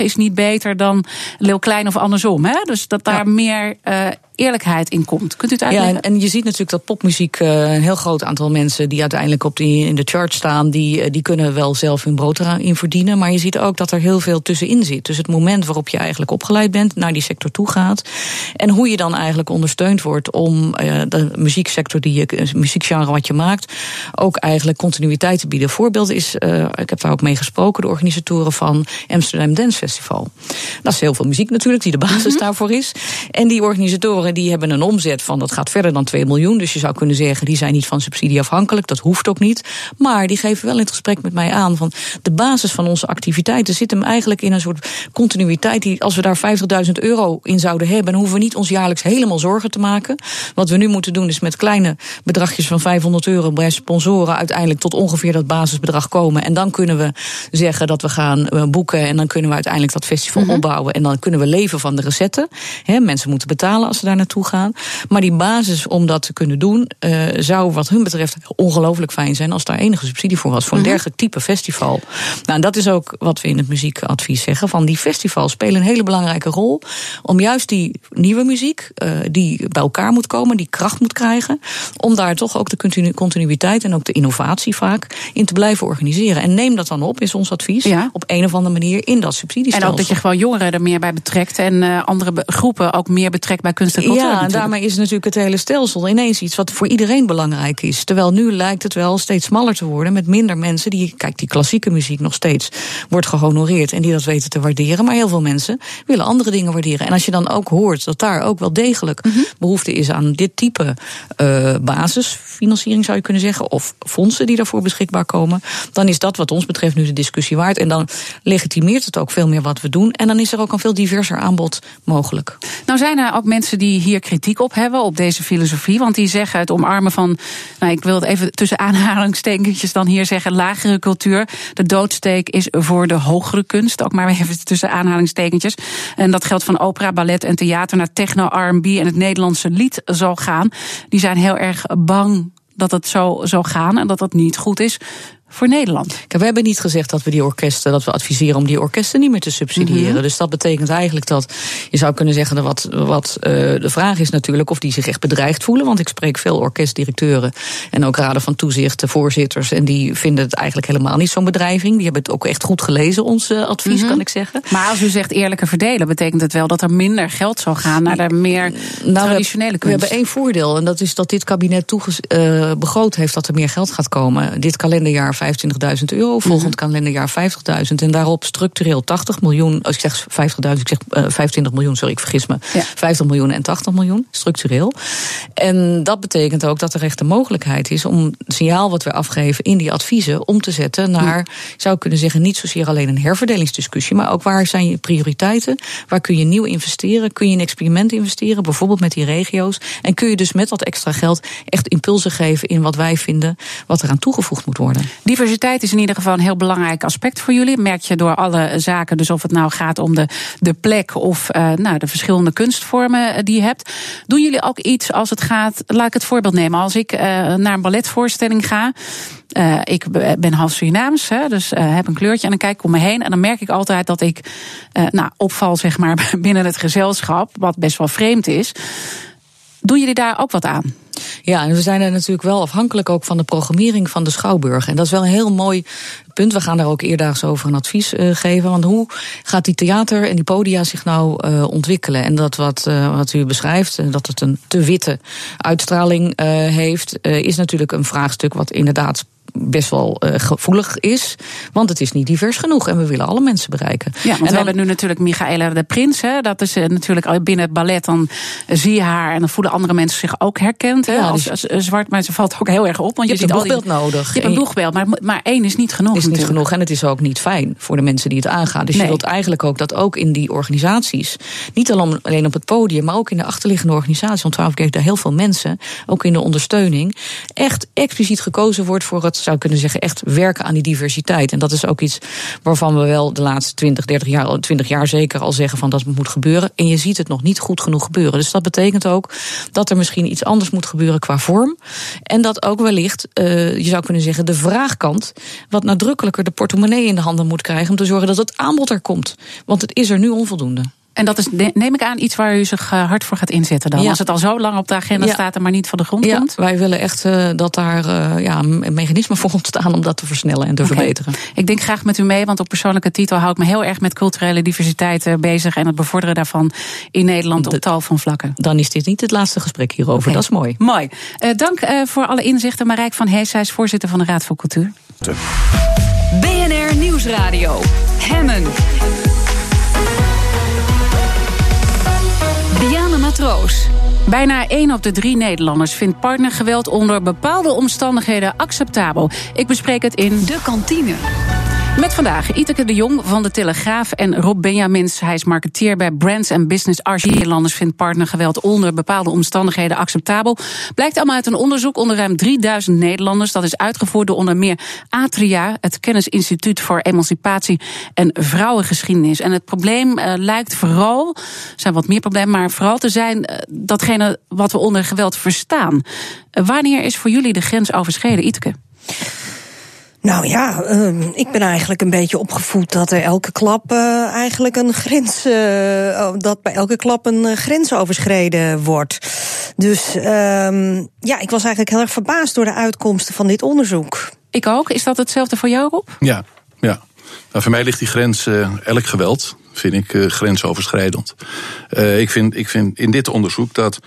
is niet beter dan Leeuw Klein of andersom. Hè? Dus dat daar meer eerlijkheid in komt. Kunt u het uitleggen? Ja, en je ziet natuurlijk dat popmuziek, een heel groot aantal mensen die uiteindelijk in de chart staan, die kunnen wel zelf hun brood erin verdienen. Maar je ziet ook dat er heel veel tussenin zit. Dus het moment waarop je eigenlijk opgeleid bent, naar die sector toe gaat. En hoe je dan eigenlijk ondersteund wordt om de muzieksector, muziekgenre wat je maakt, ook eigenlijk continuïteit te bieden. Voorbeeld is, ik heb daar ook mee gesproken, de organisatoren van Amsterdam Dance Festival. Dat is heel veel muziek natuurlijk, die de basis daarvoor is. En die organisatoren die hebben een omzet van, dat gaat verder dan 2 miljoen. Dus je zou kunnen zeggen, die zijn niet van subsidie afhankelijk. Dat hoeft ook niet. Maar die geven wel in het gesprek met mij aan van de basis van onze activiteiten zit hem eigenlijk in een soort continuïteit die, als we daar €50.000 in zouden hebben, dan hoeven we niet ons jaarlijks helemaal zorgen te maken. Wat we nu moeten doen is met kleine bedragjes van €500 bij sponsoren uiteindelijk tot ongeveer dat basisbedrag komen. En dan kunnen we zeggen dat we gaan boeken en dan kunnen we uiteindelijk dat festival opbouwen. En dan kunnen we leven van de recetten. Mensen moeten betalen als ze daar naartoe gaan. Maar die basis om dat te kunnen doen zou wat hun betreft ongelooflijk fijn zijn als daar enige subsidie voor was. Voor een dergelijk type festival. Nou, en dat is ook wat we in het muziekadvies zeggen. Van die festivals spelen een hele belangrijke rol om juist die nieuwe muziek die bij elkaar moet komen, die kracht moet krijgen, om daar toch ook de continuïteit en ook de innovatie vaak in te blijven organiseren. En neem dat dan op, is ons advies, op een of andere manier in dat subsidiestelsel. En ook dat je gewoon jongeren er meer bij betrekt en andere groepen ook meer betrekt bij kunst en cultuur. Ja, en daarmee is natuurlijk het hele stelsel ineens iets wat voor iedereen belangrijk is. Terwijl nu lijkt het wel steeds smaller te worden met minder mensen die klassieke muziek nog steeds wordt gehonoreerd en die dat weten te waarderen. Maar heel veel mensen willen andere dingen waarderen. En als je dan ook hoort dat daar ook wel degelijk behoefte is aan dit type basisfinanciering, zou je kunnen zeggen, of fondsen die daarvoor beschikbaar komen, dan is dat wat ons betreft nu de discussie waard. En dan legitimeert het ook veel meer wat we doen. En dan is er ook een veel diverser aanbod mogelijk. Nou zijn er ook mensen die hier kritiek op hebben, op deze filosofie. Want die zeggen het omarmen van, ik wil het even tussen aanhalingstekentjes dan hier zeggen, lagere cultuur. De doodsteek is voor de hogere kunst, ook maar even tussen aanhalingstekentjes. En dat geldt van opera, ballet en theater naar techno, R&B en het Nederlandse lied zal gaan. Die zijn heel erg bang dat het zo zal gaan en dat dat niet goed is voor Nederland. Kijk, we hebben niet gezegd dat we adviseren om die orkesten niet meer te subsidiëren. Dus dat betekent eigenlijk dat je zou kunnen zeggen de vraag is natuurlijk of die zich echt bedreigd voelen. Want ik spreek veel orkestdirecteuren en ook raden van toezicht, voorzitters, en die vinden het eigenlijk helemaal niet zo'n bedreiging. Die hebben het ook echt goed gelezen, ons advies, kan ik zeggen. Maar als u zegt eerlijker verdelen, betekent het wel dat er minder geld zal gaan naar de meer traditionele kunst. We hebben één voordeel en dat is dat dit kabinet begroot heeft dat er meer geld gaat komen. Dit kalenderjaar €25.000, volgend kalenderjaar 50.000 en daarop structureel 80 miljoen. Als ik zeg 50.000, ik zeg 25 miljoen, sorry, ik vergis me. 50 miljoen en 80 miljoen, structureel. En dat betekent ook dat er echt de mogelijkheid is om het signaal wat we afgeven in die adviezen om te zetten naar, zou ik kunnen zeggen, niet zozeer alleen een herverdelingsdiscussie, maar ook waar zijn je prioriteiten, waar kun je nieuw investeren, kun je een experiment investeren, bijvoorbeeld met die regio's, en kun je dus met dat extra geld echt impulsen geven in wat wij vinden wat eraan toegevoegd moet worden. Diversiteit is in ieder geval een heel belangrijk aspect voor jullie. Merk je door alle zaken, dus of het nou gaat om de plek of de verschillende kunstvormen die je hebt. Doen jullie ook iets als het gaat, laat ik het voorbeeld nemen. Als ik naar een balletvoorstelling ga, ik ben half Surinaams, dus heb een kleurtje en dan kijk ik om me heen en dan merk ik altijd dat ik opval zeg maar binnen het gezelschap, wat best wel vreemd is. Doen jullie daar ook wat aan? Ja, en we zijn er natuurlijk wel afhankelijk ook van de programmering van de Schouwburg. En dat is wel een heel mooi punt. We gaan daar ook eerdaags over een advies geven. Want hoe gaat die theater en die podia zich nou ontwikkelen? En dat wat u beschrijft, dat het een te witte uitstraling heeft, is natuurlijk een vraagstuk wat inderdaad best wel gevoelig is, want het is niet divers genoeg en we willen alle mensen bereiken. Ja, want we hebben nu natuurlijk Michaela de Prins, dat is natuurlijk binnen het ballet, dan zie je haar en dan voelen andere mensen zich ook herkend als zwart, maar ze valt ook heel erg op. Want je hebt een boegbeeld nodig. Je hebt een boegbeeld, maar één is niet genoeg. Is niet genoeg en het is ook niet fijn voor de mensen die het aangaan. Dus je wilt eigenlijk ook dat ook in die organisaties, niet alleen op het podium, maar ook in de achterliggende organisaties, want ik daar heel veel mensen, ook in de ondersteuning, echt expliciet gekozen wordt voor het zou kunnen zeggen, echt werken aan die diversiteit. En dat is ook iets waarvan we wel de laatste 20 jaar zeker al zeggen van dat moet gebeuren. En je ziet het nog niet goed genoeg gebeuren. Dus dat betekent ook dat er misschien iets anders moet gebeuren qua vorm. En dat ook wellicht, je zou kunnen zeggen, de vraagkant wat nadrukkelijker de portemonnee in de handen moet krijgen om te zorgen dat het aanbod er komt. Want het is er nu onvoldoende. En dat is, neem ik aan, iets waar u zich hard voor gaat inzetten dan? Ja. Als het al zo lang op de agenda staat en maar niet van de grond komt? Wij willen echt dat daar een mechanisme voor ontstaan om dat te versnellen en te verbeteren. Ik denk graag met u mee, want op persoonlijke titel hou ik me heel erg met culturele diversiteit bezig en het bevorderen daarvan in Nederland op tal van vlakken. Dan is dit niet het laatste gesprek hierover, dat is mooi. Mooi. Dank voor alle inzichten. Marijke van Hees, zij is voorzitter van de Raad voor Cultuur. BNR Nieuwsradio. Hemmen. Diana Matroos. Bijna 1 op de 3 Nederlanders vindt partnergeweld onder bepaalde omstandigheden acceptabel. Ik bespreek het in De Kantine. Met vandaag Iteke de Jong van de Telegraaf en Rob Benjamins. Hij is marketeer bij Brands & Business Archie. Nederlanders vindt partnergeweld onder bepaalde omstandigheden acceptabel. Blijkt allemaal uit een onderzoek onder ruim 3000 Nederlanders. Dat is uitgevoerd door onder meer Atria, het Kennisinstituut voor Emancipatie en Vrouwengeschiedenis. En het probleem lijkt vooral, er zijn wat meer problemen, maar vooral te zijn datgene wat we onder geweld verstaan. Wanneer is voor jullie de grens overschreden, Iteke? Nou ja, ik ben eigenlijk een beetje opgevoed dat er elke klap eigenlijk een grens, dat bij elke klap een grens overschreden wordt. Dus ik was eigenlijk heel erg verbaasd door de uitkomsten van dit onderzoek. Ik ook. Is dat hetzelfde voor jou, Rob? Ja. Nou, voor mij ligt die grens, elk geweld, vind ik grensoverschrijdend. Ik vind in dit onderzoek dat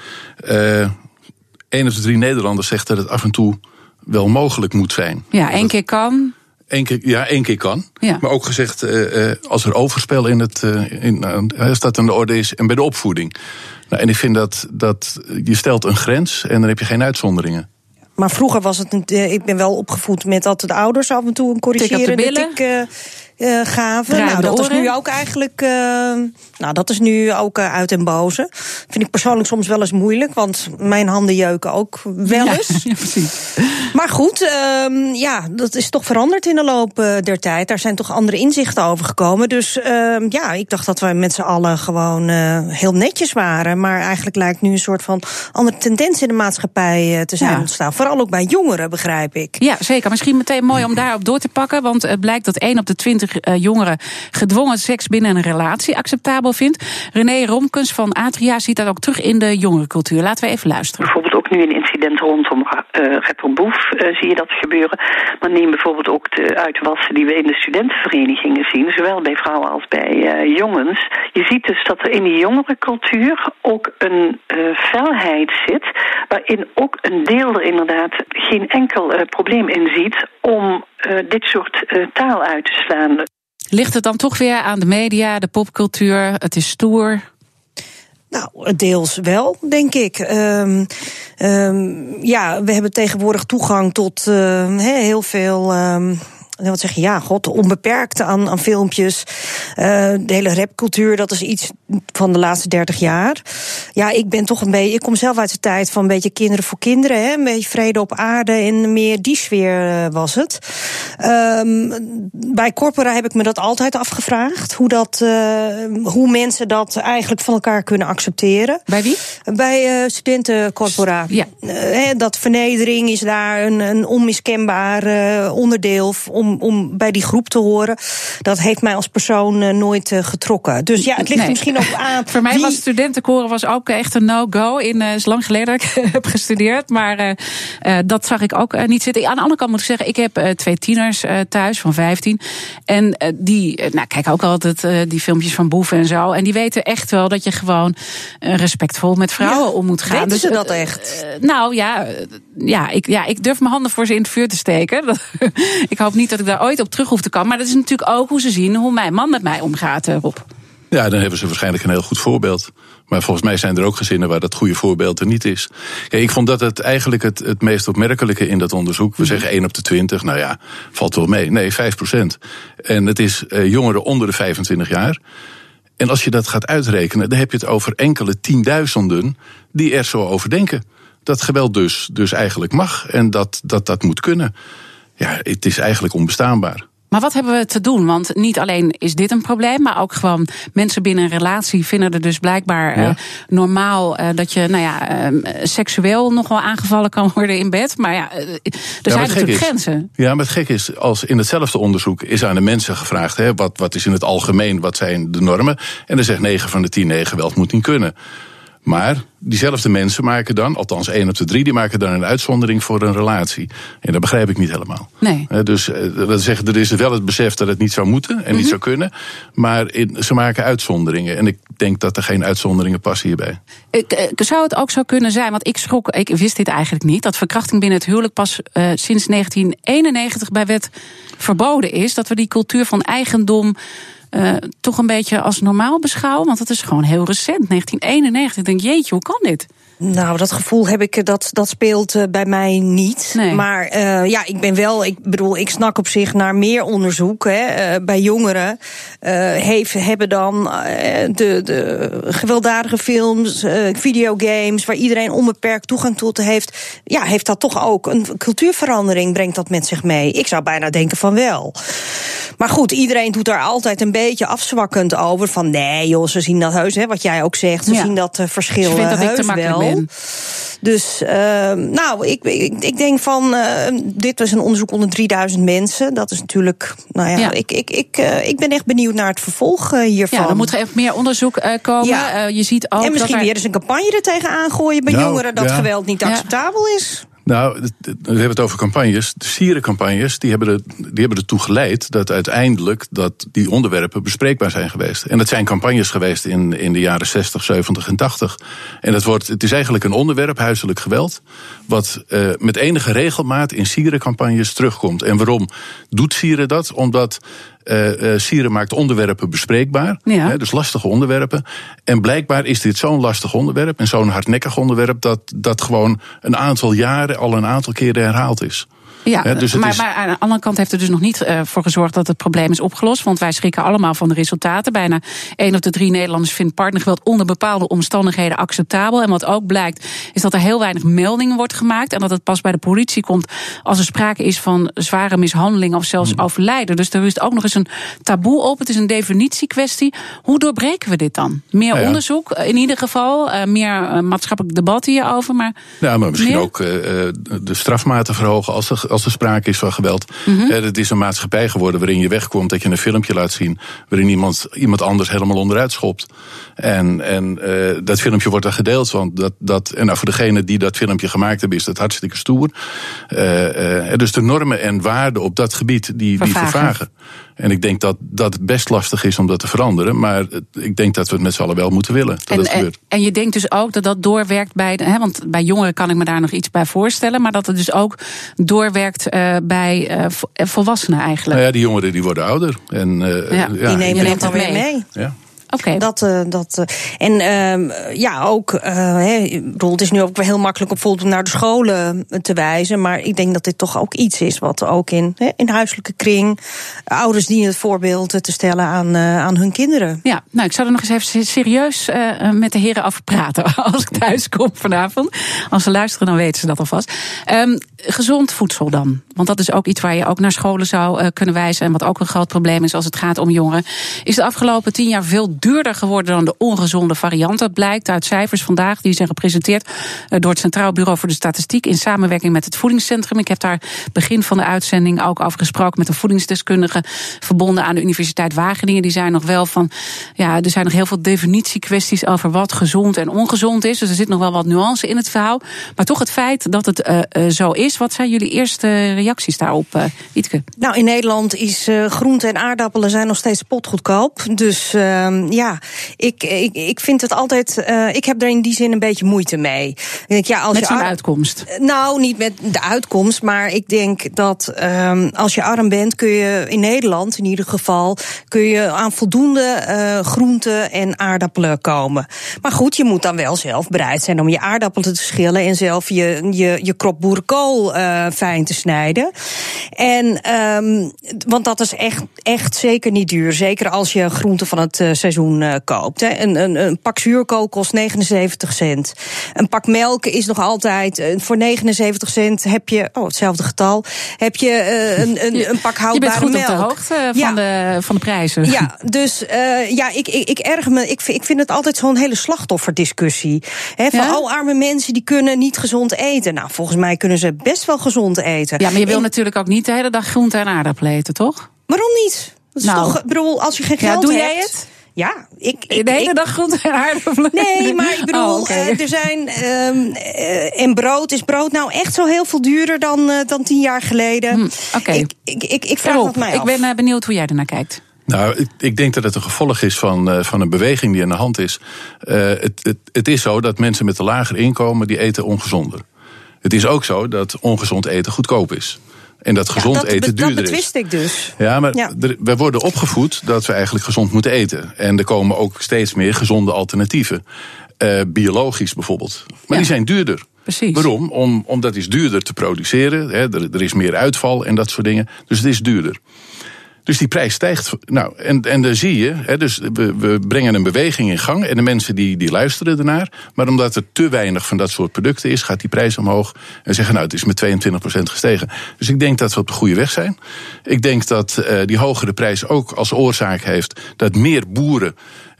1 op de 3 Nederlanders zegt dat het af en toe wel mogelijk moet zijn. Ja, 1 keer kan. 1 keer kan. Ja. Maar ook gezegd, als er overspel staat aan de orde is en bij de opvoeding. Nou, en ik vind dat je stelt een grens en dan heb je geen uitzonderingen. Maar vroeger was het, ik ben wel opgevoed met dat de ouders af en toe een corrigerende tik gaven. Nou, dat is nu ook eigenlijk, dat is nu ook uit en boze. Vind ik persoonlijk soms wel eens moeilijk, want mijn handen jeuken ook wel eens. Ja, precies. Maar goed, dat is toch veranderd in de loop der tijd. Daar zijn toch andere inzichten over gekomen. Dus ik dacht dat we met z'n allen gewoon heel netjes waren. Maar eigenlijk lijkt nu een soort van andere tendens in de maatschappij te zijn ontstaan. Vooral ook bij jongeren, begrijp ik. Ja, zeker. Misschien meteen mooi om daarop door te pakken. Want het blijkt dat 1 op de 20 jongeren gedwongen seks binnen een relatie acceptabel vindt. René Romkens van Atria ziet dat ook terug in de jongerencultuur. Laten we even luisteren. Bijvoorbeeld ook nu een incident rondom rapper Boef zie je dat gebeuren. Maar neem bijvoorbeeld ook de uitwassen die we in de studentenverenigingen zien, zowel bij vrouwen als bij jongens. Je ziet dus dat er in die jongerencultuur ook een felheid zit, waarin ook een deel er inderdaad geen enkel probleem in ziet om dit soort taal uit te slaan. Ligt het dan toch weer aan de media, de popcultuur, het is stoer? Nou, deels wel, denk ik. We hebben tegenwoordig toegang tot heel veel onbeperkt aan filmpjes. De hele rapcultuur, dat is iets van de laatste 30 jaar. Ja, ik kom zelf uit de tijd van een beetje kinderen voor kinderen, hè, een beetje vrede op aarde en meer die sfeer was het. Bij Corpora heb ik me dat altijd afgevraagd, hoe mensen dat eigenlijk van elkaar kunnen accepteren. Bij wie? Bij studentencorpora. Ja. Dat vernedering is daar een onmiskenbaar onderdeel om bij die groep te horen. Dat heeft mij als persoon nooit getrokken. Dus ja, het ligt er misschien ook aan. Voor mij was studentenkoren ook echt een no-go. Is lang geleden dat ik heb gestudeerd. Maar dat zag ik ook niet zitten. Aan de andere kant moet ik zeggen, ik heb 2 tieners thuis van 15. En die kijken ook altijd die filmpjes van boeven en zo. En die weten echt wel dat je gewoon respectvol met vrouwen om moet gaan. Weten ze dat echt? Ik durf mijn handen voor ze in het vuur te steken. Ik hoop niet dat ik daar ooit op terug hoef te komen. Maar dat is natuurlijk ook hoe ze zien hoe mijn man met mij omgaat, Rob. Ja, dan hebben ze waarschijnlijk een heel goed voorbeeld. Maar volgens mij zijn er ook gezinnen waar dat goede voorbeeld er niet is. Kijk, ik vond dat het eigenlijk het meest opmerkelijke in dat onderzoek. We zeggen 1 op de 20, nou ja, valt wel mee. Nee, 5%. En het is jongeren onder de 25 jaar. En als je dat gaat uitrekenen, dan heb je het over enkele tienduizenden die er zo over denken. Dat geweld dus eigenlijk mag en dat moet kunnen. ja, het is eigenlijk onbestaanbaar. Maar wat hebben we te doen? Want niet alleen is dit een probleem, maar ook gewoon mensen binnen een relatie vinden er dus blijkbaar normaal dat je seksueel nog wel aangevallen kan worden in bed. Maar ja, er zijn natuurlijk grenzen. Ja, maar het gek is, als in hetzelfde onderzoek is aan de mensen gevraagd, wat is in het algemeen, wat zijn de normen? En dan zegt 9 van de 10, nee, geweld moet niet kunnen. Maar diezelfde mensen maken dan, althans 1 op de 3, die maken dan een uitzondering voor een relatie. En dat begrijp ik niet helemaal. Nee. Dus er is wel het besef dat het niet zou moeten en niet zou kunnen. Maar ze maken uitzonderingen. En ik denk dat er geen uitzonderingen passen hierbij. Zou het ook zo kunnen zijn, want ik wist dit eigenlijk niet, dat verkrachting binnen het huwelijk pas sinds 1991 bij wet verboden is. Dat we die cultuur van eigendom toch een beetje als normaal beschouwen? Want dat is gewoon heel recent, 1991. Ik denk, jeetje, hoe kan dit? Nou, dat gevoel heb ik, dat speelt bij mij niet. Nee. Maar ik snak op zich naar meer onderzoek. Bij jongeren hebben dan de gewelddadige films, videogames, waar iedereen onbeperkt toegang tot heeft. Ja, heeft dat toch ook een cultuurverandering, brengt dat met zich mee? Ik zou bijna denken van wel. Maar goed, iedereen doet daar altijd een beetje afzwakkend over. Van nee joh, ze zien dat heus, wat jij ook zegt. Ze zien dat verschil heus wel. Dus ik denk van, dit was een onderzoek onder 3000 mensen. Dat is natuurlijk, ik ben echt benieuwd naar het vervolg hiervan. Ja, dan moet er even meer onderzoek komen. Ja. Je ziet ook en misschien weer eens een campagne er tegenaan gooien bij jongeren dat geweld niet acceptabel is. Nou, we hebben het over campagnes. De sierencampagnes, die hebben ertoe geleid dat uiteindelijk dat die onderwerpen bespreekbaar zijn geweest. En dat zijn campagnes geweest in de jaren 60, 70 en 80. En het is eigenlijk een onderwerp, huiselijk geweld, wat met enige regelmaat in sierencampagnes terugkomt. En waarom doet Sieren dat? Omdat Sieren maakt onderwerpen bespreekbaar, dus lastige onderwerpen. En blijkbaar is dit zo'n lastig onderwerp en zo'n hardnekkig onderwerp dat gewoon een aantal jaren al een aantal keren herhaald is. Ja, dus maar aan de andere kant heeft er dus nog niet voor gezorgd dat het probleem is opgelost. Want wij schrikken allemaal van de resultaten. Bijna 1 op de 3 Nederlanders vindt partnergeweld onder bepaalde omstandigheden acceptabel. En wat ook blijkt, is dat er heel weinig meldingen wordt gemaakt. En dat het pas bij de politie komt als er sprake is van zware mishandeling of zelfs overlijden. Dus er is ook nog eens een taboe op. Het is een definitiekwestie. Hoe doorbreken we dit dan? Meer onderzoek in ieder geval. Meer maatschappelijk debat hierover. Maar misschien ook de strafmaten verhogen als er sprake is van geweld. Het is een maatschappij geworden waarin je wegkomt dat je een filmpje laat zien waarin iemand anders helemaal onderuit schopt. En dat filmpje wordt dan gedeeld, want voor degene die dat filmpje gemaakt hebben is dat hartstikke stoer. Dus de normen en waarden op dat gebied die vervagen. En ik denk dat het best lastig is om dat te veranderen. Maar ik denk dat we het met z'n allen wel moeten willen. En je denkt dus ook dat dat doorwerkt want bij jongeren kan ik me daar nog iets bij voorstellen. Maar dat het dus ook doorwerkt bij volwassenen eigenlijk. Nou ja, die jongeren die worden ouder. En, die nemen het dan weer mee. Ja. Okay. Het is nu ook weer heel makkelijk bijvoorbeeld om naar de scholen te wijzen. Maar ik denk dat dit toch ook iets is wat ook in huiselijke kring ouders dienen het voorbeeld te stellen aan hun kinderen. Ja, nou, ik zou er nog eens even serieus met de heren over praten als ik thuis kom vanavond. Als ze luisteren, dan weten ze dat alvast. Gezond voedsel dan. Want dat is ook iets waar je ook naar scholen zou kunnen wijzen. En wat ook een groot probleem is als het gaat om jongeren. Is de afgelopen 10 jaar veel duurder geworden dan de ongezonde variant. Dat blijkt uit cijfers vandaag die zijn gepresenteerd door het Centraal Bureau voor de Statistiek in samenwerking met het Voedingscentrum. Ik heb daar begin van de uitzending ook over gesproken met een voedingsdeskundige verbonden aan de Universiteit Wageningen. Die zijn nog wel van, er zijn nog heel veel definitiekwesties over wat gezond en ongezond is. Dus er zit nog wel wat nuance in het verhaal. Maar toch het feit dat het zo is. Wat zijn jullie eerste reacties daarop, Wietke? Nou, in Nederland is groente en aardappelen zijn nog steeds potgoedkoop. Dus ik vind het altijd. Ik heb er in die zin een beetje moeite mee. Ik denk, met zo'n uitkomst? Nou, niet met de uitkomst, maar ik denk dat als je arm bent, kun je in Nederland in ieder geval aan voldoende groenten en aardappelen komen. Maar goed, je moet dan wel zelf bereid zijn om je aardappelen te schillen en zelf je krop boerenkool fijn te snijden. En, want dat is echt zeker niet duur. Zeker als je groenten van het seizoen koopt. Hè. Een pak zuurkool kost 79 cent. Een pak melk is nog altijd voor 79 cent heb je, hetzelfde getal, heb je een pak houdbare melk. Je bent goed op de hoogte van de prijzen. Ja, dus ik erger me. Ik vind het altijd zo'n hele slachtofferdiscussie. Van arme mensen die kunnen niet gezond eten. Nou, volgens mij kunnen ze best wel gezond eten. Ja, maar je wil natuurlijk ook niet de hele dag groente en aardappelen eten, toch? Waarom niet? Dat is toch, ik bedoel, als je geen geld hebt... doe jij het? Ja, de hele dag groente en aardappelen? Nee, maar ik bedoel, er zijn... en brood, is brood nou echt zo heel veel duurder dan 10 jaar geleden? Oké. Ik vraag dat mij af. Ik ben benieuwd hoe jij ernaar kijkt. Nou, ik denk dat het een gevolg is van een beweging die aan de hand is. Het is zo dat mensen met een lager inkomen, die eten ongezonder. Het is ook zo dat ongezond eten goedkoop is. En dat gezond eten duurder is. Dat betwist ik dus. Ja, maar we worden opgevoed dat we eigenlijk gezond moeten eten. En er komen ook steeds meer gezonde alternatieven. Biologisch bijvoorbeeld. Maar die zijn duurder. Precies. Waarom? Omdat het is duurder te produceren. Er is meer uitval en dat soort dingen. Dus het is duurder. Dus die prijs stijgt. Nou, en daar zie je, dus we brengen een beweging in gang. En de mensen die luisteren ernaar. Maar omdat er te weinig van dat soort producten is, gaat die prijs omhoog. En zeggen, het is met 22% gestegen. Dus ik denk dat we op de goede weg zijn. Ik denk dat die hogere prijs ook als oorzaak heeft dat meer boeren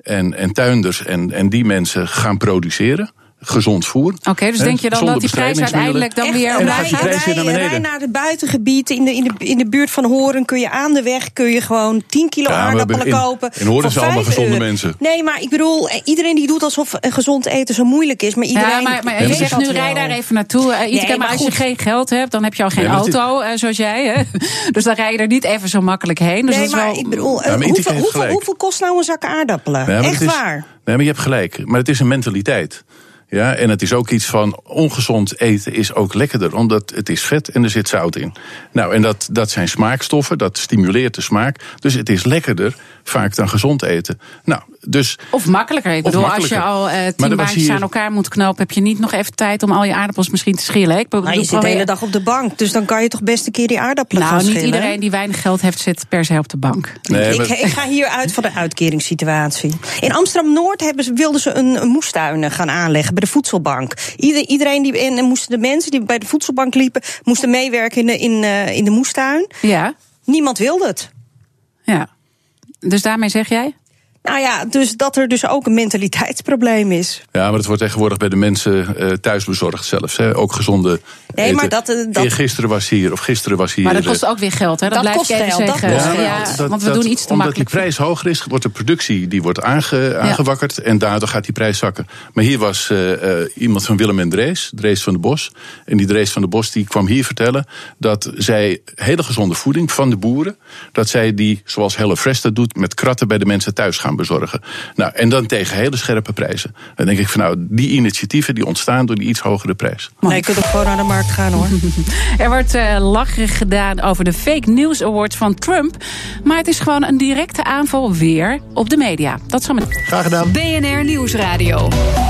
en tuinders en die mensen gaan produceren. Gezond voer. Oké, dus denk je dan dat die prijs uiteindelijk dan weer omlaag gaat? Rij naar het buitengebied in de buurt van Hoorn kun je aan de weg gewoon 10 kilo aardappelen kopen. In Hoorn zijn allemaal gezonde mensen. Nee, maar ik bedoel, iedereen die doet alsof gezond eten zo moeilijk is. Maar iedereen. Maar je zegt nu, rij daar even naartoe. Maar als je geen geld hebt, dan heb je al geen auto, zoals jij. Hè? Dus dan rij je er niet even zo makkelijk heen. Dus nee, maar ik bedoel, hoeveel kost nou een zak aardappelen? Echt waar. Nee, maar je hebt gelijk. Maar het is een mentaliteit. Ja, en het is ook iets van ongezond eten is ook lekkerder, omdat het is vet en er zit zout in. Nou, en dat zijn smaakstoffen, dat stimuleert de smaak. Dus het is lekkerder vaak dan gezond eten. Nou, dus, of makkelijker. Ik bedoel, als je al 10 baantjes aan elkaar moet knopen, heb je niet nog even tijd om al je aardappels misschien te schillen. Maar je zit de hele dag op de bank, dus dan kan je toch best een keer die aardappelen gaan schillen. Nou, niet iedereen die weinig geld heeft, zit per se op de bank. Nee, ik ga hier uit van de uitkeringssituatie. In Amsterdam-Noord wilden ze een moestuin gaan aanleggen bij de voedselbank. Iedereen de mensen die bij de voedselbank liepen, moesten meewerken in de moestuin. Ja. Niemand wilde het. Ja. Dus daarmee zeg jij? Nou ja, dus dat er dus ook een mentaliteitsprobleem is. Ja, maar het wordt tegenwoordig bij de mensen thuis bezorgd zelfs. Hè. Ook gezonde eten. Maar gisteren was hier. Maar dat kost ook weer geld, hè? Dat blijf ik even zeggen. Want we doen iets te makkelijk. Omdat die prijs hoger is, wordt de productie aangewakkerd. En daardoor gaat die prijs zakken. Maar hier was iemand van Willem en Drees van de Bos. En die Drees van de Bos die kwam hier vertellen dat zij hele gezonde voeding van de boeren, dat zij die, zoals HelloFresh dat doet, met kratten bij de mensen thuis gaan bezorgen. Nou, en dan tegen hele scherpe prijzen. Dan denk ik van die initiatieven die ontstaan door die iets hogere prijs. Nee, je kunt ook gewoon naar de markt gaan, hoor. Er wordt lacherig gedaan over de Fake News Awards van Trump. Maar het is gewoon een directe aanval weer op de media. Dat zal met... Graag gedaan. BNR Nieuwsradio.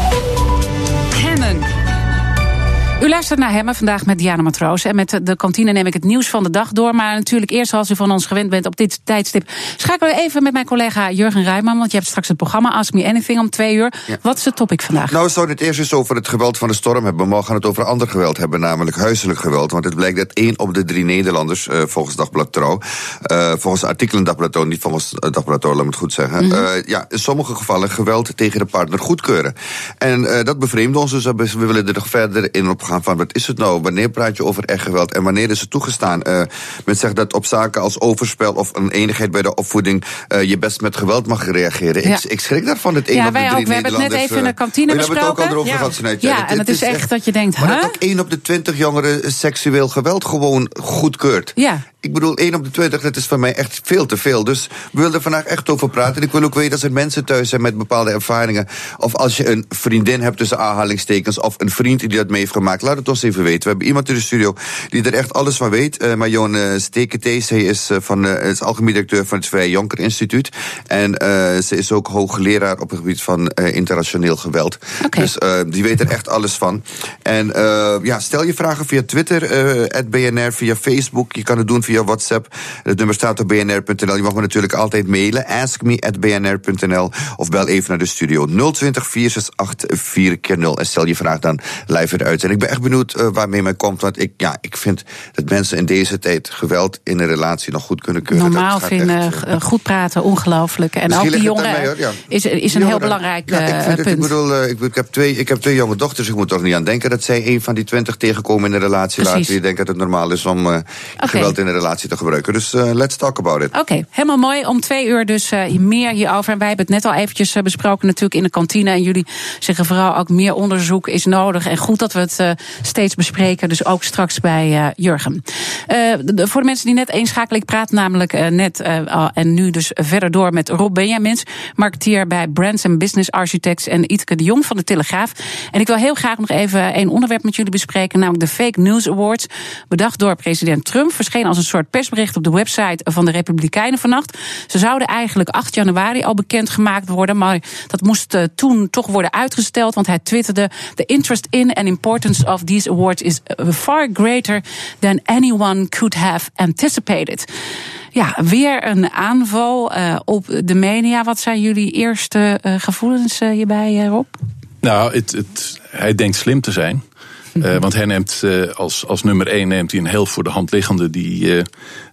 Hemmen. U luistert naar Hemmen vandaag met Diana Matroos. En met de kantine neem ik het nieuws van de dag door. Maar natuurlijk eerst, als u van ons gewend bent op dit tijdstip, schakelen we even met mijn collega Jurgen Rijman. Want je hebt straks het programma Ask Me Anything om 2 uur. Ja. Wat is het topic vandaag? Nou, we zouden het eerst eens over het geweld van de storm hebben. Maar we gaan het over ander geweld hebben, namelijk huiselijk geweld. Want het blijkt dat 1 op de 3 Nederlanders, volgens Dagblad Trouw, volgens artikelen Dagblad Trouw, niet volgens Dagblad Trouw, laat me het goed zeggen, in sommige gevallen geweld tegen de partner goedkeuren. En dat bevreemdt ons, dus we willen er nog verder in opgaan van wat is het nou, wanneer praat je over echt geweld en wanneer is het toegestaan. Men zegt dat op zaken als overspel of oneenigheid bij de opvoeding je best met geweld mag reageren. Ja. Ik schrik daarvan, het 1 op de 3 Nederlanders. We hebben het net even in de kantine besproken. We hebben het ook al erover gehad. Ja, en het is echt dat je denkt, maar dat ook 1 op de 20 jongeren seksueel geweld gewoon goedkeurt. Ja. Ik bedoel, 1 op de 20, dat is voor mij echt veel te veel. Dus we willen er vandaag echt over praten. En ik wil ook weten als er mensen thuis zijn met bepaalde ervaringen, of als je een vriendin hebt tussen aanhalingstekens, of een vriend die dat mee heeft gemaakt, laat het ons even weten. We hebben iemand in de studio die er echt alles van weet. Marion Stekethees, zij is algemeen directeur van het Vrij Jonker Instituut. En ze is ook hoogleraar op het gebied van internationeel geweld. Okay. Dus die weet er echt alles van. En stel je vragen via Twitter, @BNR, via Facebook. Je kan het doen via via WhatsApp. Het nummer staat op bnr.nl. Je mag me natuurlijk altijd mailen. askme@bnr.nl. Of bel even naar de studio 020 468 4x0. En stel je vraag dan live uit. En ik ben echt benieuwd waarmee mij komt. Want ik vind dat mensen in deze tijd geweld in een relatie nog goed kunnen keuren. Normaal vinden, goed praten, ongelooflijk. En ook die jongeren is een heel belangrijk punt. Ik bedoel, ik heb twee jonge dochters. Ik moet toch niet aan denken dat zij een van die 20 tegenkomen in een relatie. Laten die denken dat het normaal is om geweld in een relatie te gebruiken. Dus let's talk about it. Oké, helemaal mooi. Om 2 uur dus meer hierover. En wij hebben het net al eventjes besproken natuurlijk in de kantine. En jullie zeggen vooral ook meer onderzoek is nodig. En goed dat we het steeds bespreken. Dus ook straks bij Jurgen. Voor de mensen die net inschakelen. Ik praat namelijk net en nu dus verder door met Rob Benjamins. Marketeer bij Brands & Business Architects. En Iteke de Jong van de Telegraaf. En ik wil heel graag nog even één onderwerp met jullie bespreken. Namelijk de Fake News Awards. Bedacht door president Trump. Verscheen als een soort persbericht op de website van de Republikeinen vannacht. Ze zouden eigenlijk 8 januari al bekendgemaakt worden. Maar dat moest toen toch worden uitgesteld. Want hij twitterde: The interest in and importance of these awards is far greater than anyone could have anticipated. Ja, weer een aanval op de media. Wat zijn jullie eerste gevoelens hierbij, Rob? Nou, hij denkt slim te zijn. Want hij neemt als nummer 1 neemt hij een heel voor de hand liggende die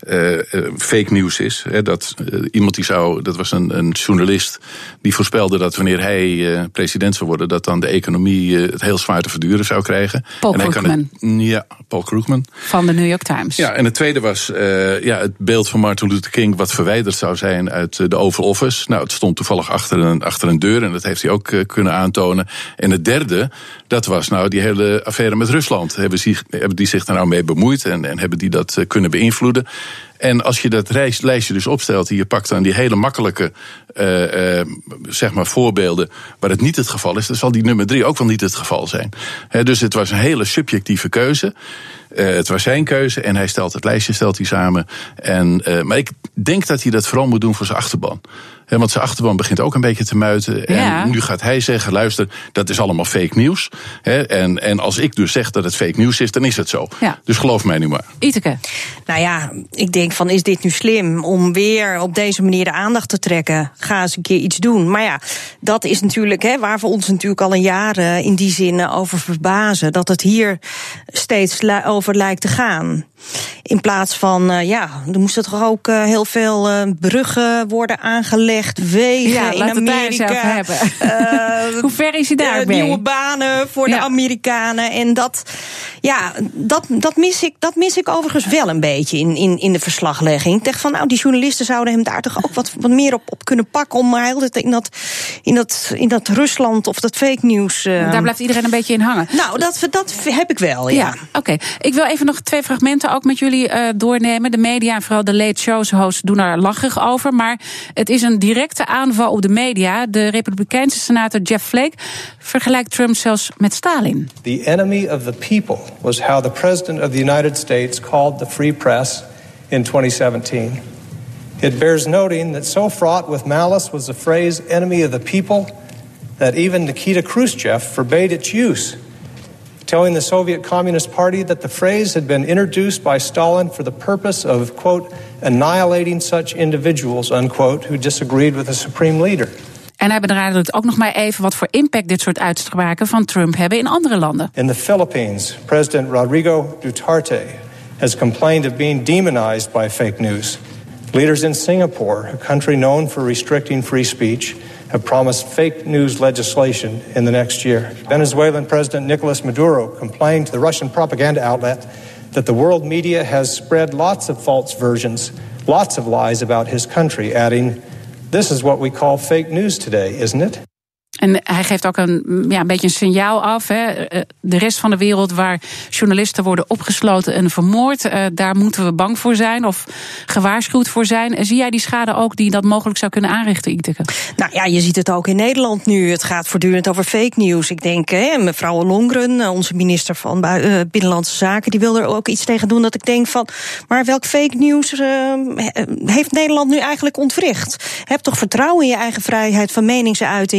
fake news is. Iemand dat was een journalist die voorspelde dat wanneer hij president zou worden, dat dan de economie het heel zwaar te verduren zou krijgen. Paul Krugman. Paul Krugman. Van de New York Times. Ja, en het tweede was het beeld van Martin Luther King wat verwijderd zou zijn uit de Oval Office. Nou, het stond toevallig achter een deur en dat heeft hij ook kunnen aantonen. En het derde, dat was die hele affaire met Rusland. Hebben die zich daar nou mee bemoeid en hebben die dat kunnen beïnvloeden? En als je dat lijstje dus opstelt en je pakt dan die hele makkelijke voorbeelden waar het niet het geval is, dan zal die nummer 3 ook wel niet het geval zijn. Dus het was een hele subjectieve keuze. Het was zijn keuze en het lijstje stelt hij samen. Maar ik denk dat hij dat vooral moet doen voor zijn achterban. Want zijn achterban begint ook een beetje te muiten. Ja. En nu gaat hij zeggen, luister, dat is allemaal fake nieuws. En als ik dus zeg dat het fake nieuws is, dan is het zo. Ja. Dus geloof mij nu maar. Iteke. Nou ja, ik denk van, is dit nu slim om weer op deze manier de aandacht te trekken? Ga eens een keer iets doen. Maar ja, dat is natuurlijk waar we ons natuurlijk al een jaar in die zin over verbazen. Dat het hier steeds over lijkt te gaan. In plaats van, er moesten toch ook heel veel bruggen worden aangelegd, wegen in Amerika. Hoe ver is hij daarmee? Nieuwe banen voor de Amerikanen. En dat mis ik overigens wel een beetje in de verslaglegging. Ik dacht van, die journalisten zouden hem daar toch ook wat meer op kunnen pakken, om maar altijd in dat Rusland of dat fake nieuws. Daar blijft iedereen een beetje in hangen. Nou, dat heb ik wel, ja. Oké. Ik wil even nog 2 fragmenten ook met jullie doornemen. De media en vooral de late shows hosts doen er lachig over. Maar het is een directe aanval op de media. De Republikeinse senator Jeff Flake vergelijkt Trump zelfs met Stalin. The enemy of the people was how the president of the United States called the free press in 2017. It bears noting that so fraught with malice was the phrase enemy of the people that even Nikita Khrushchev forbade its use, telling the Soviet Communist Party that the phrase had been introduced by Stalin for the purpose of, quote, annihilating such individuals, unquote, who disagreed with the supreme leader. En hij benadrukt ook nog maar even wat voor impact dit soort uitspraken van Trump hebben in andere landen. In the Philippines, President Rodrigo Duterte has complained of being demonized by fake news. Leaders in Singapore, a country known for restricting free speech, have promised fake news legislation in the next year. Venezuelan President Nicolas Maduro complained to the Russian propaganda outlet that the world media has spread lots of false versions, lots of lies about his country, adding, "This is what we call fake news today, isn't it?" En hij geeft ook een beetje een signaal af. De rest van de wereld waar journalisten worden opgesloten en vermoord, daar moeten we bang voor zijn of gewaarschuwd voor zijn. Zie jij die schade ook die dat mogelijk zou kunnen aanrichten, Iteke? Nou ja, je ziet het ook in Nederland nu. Het gaat voortdurend over fake news. Ik denk, mevrouw Ollongren, onze minister van Binnenlandse Zaken, die wil er ook iets tegen doen dat ik denk van, maar welk fake news heeft Nederland nu eigenlijk ontwricht? Heb toch vertrouwen in je eigen vrijheid van meningsuiting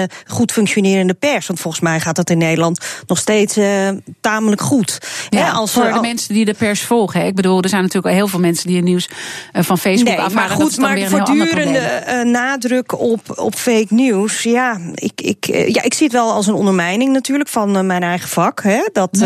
goed functionerende pers. Want volgens mij gaat dat in Nederland nog steeds tamelijk goed. Ja, voor de mensen die de pers volgen. Hè. Ik bedoel, er zijn natuurlijk al heel veel mensen die het nieuws van Facebook afhalen. Maar goed, maar voortdurende nadruk op fake news. Ja, ik zie het wel als een ondermijning natuurlijk van mijn eigen vak. Hè, dat,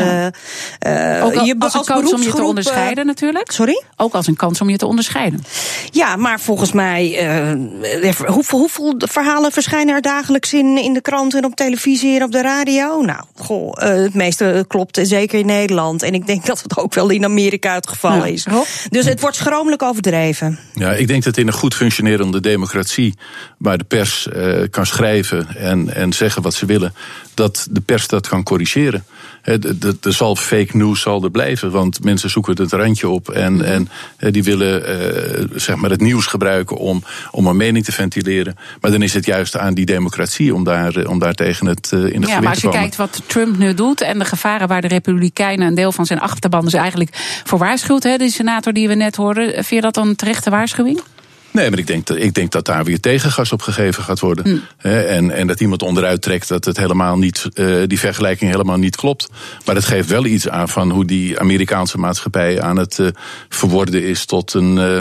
ook als een kans om je te onderscheiden natuurlijk. Sorry? Ook als een kans om je te onderscheiden. Ja, maar volgens mij, hoeveel verhalen verschijnen er dagelijks in de krant en op televisie en op de radio? Nou, het meeste klopt zeker in Nederland. En ik denk dat het ook wel in Amerika het geval is. Dus het wordt schromelijk overdreven. Ja, ik denk dat in een goed functionerende democratie, waar de pers kan schrijven en zeggen wat ze willen, dat de pers dat kan corrigeren. Er zal fake news er blijven, want mensen zoeken het randje op en die willen zeg maar het nieuws gebruiken om een mening te ventileren. Maar dan is het juist aan die democratie om daar tegen het in het gewicht te komen. Ja, maar als je kijkt wat Trump nu doet en de gevaren waar de Republikeinen een deel van zijn achterban dus eigenlijk voor waarschuwt, die senator die we net hoorden, vind je dat dan een terechte waarschuwing? Nee, maar ik denk dat daar weer tegengas op gegeven gaat worden. En dat iemand onderuit trekt dat het helemaal niet, die vergelijking helemaal niet klopt. Maar het geeft wel iets aan van hoe die Amerikaanse maatschappij aan het verworden is tot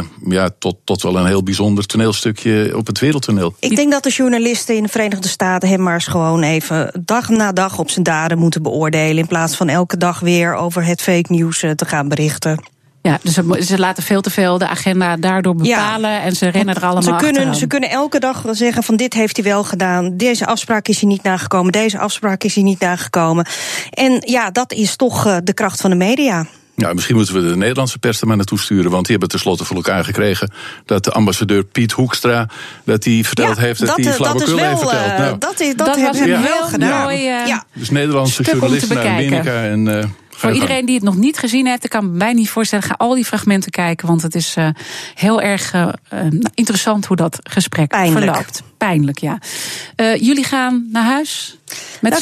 tot wel een heel bijzonder toneelstukje op het wereldtoneel. Ik denk dat de journalisten in de Verenigde Staten hem maar eens gewoon even dag na dag op zijn daden moeten beoordelen, in plaats van elke dag weer over het fake nieuws te gaan berichten. Ja, dus ze laten veel te veel de agenda daardoor bepalen en ze rennen er allemaal achteraan. Ze kunnen elke dag wel zeggen van dit heeft hij wel gedaan, deze afspraak is hij niet nagekomen, deze afspraak is hij niet nagekomen. En ja, dat is toch de kracht van de media. Ja, misschien moeten we de Nederlandse pers er maar naartoe sturen, want die hebben tenslotte voor elkaar gekregen dat de ambassadeur Piet Hoekstra dat hij verteld heeft dat hij flauwekul heeft verteld. Nou, dat hebben we wel gedaan. Mooi, dus Nederlandse journalisten naar Amerika en voor iedereen die het nog niet gezien heeft, ik kan me mij niet voorstellen, ga al die fragmenten kijken, want het is heel erg interessant hoe dat gesprek verloopt. Pijnlijk, ja. Jullie gaan naar huis? Ik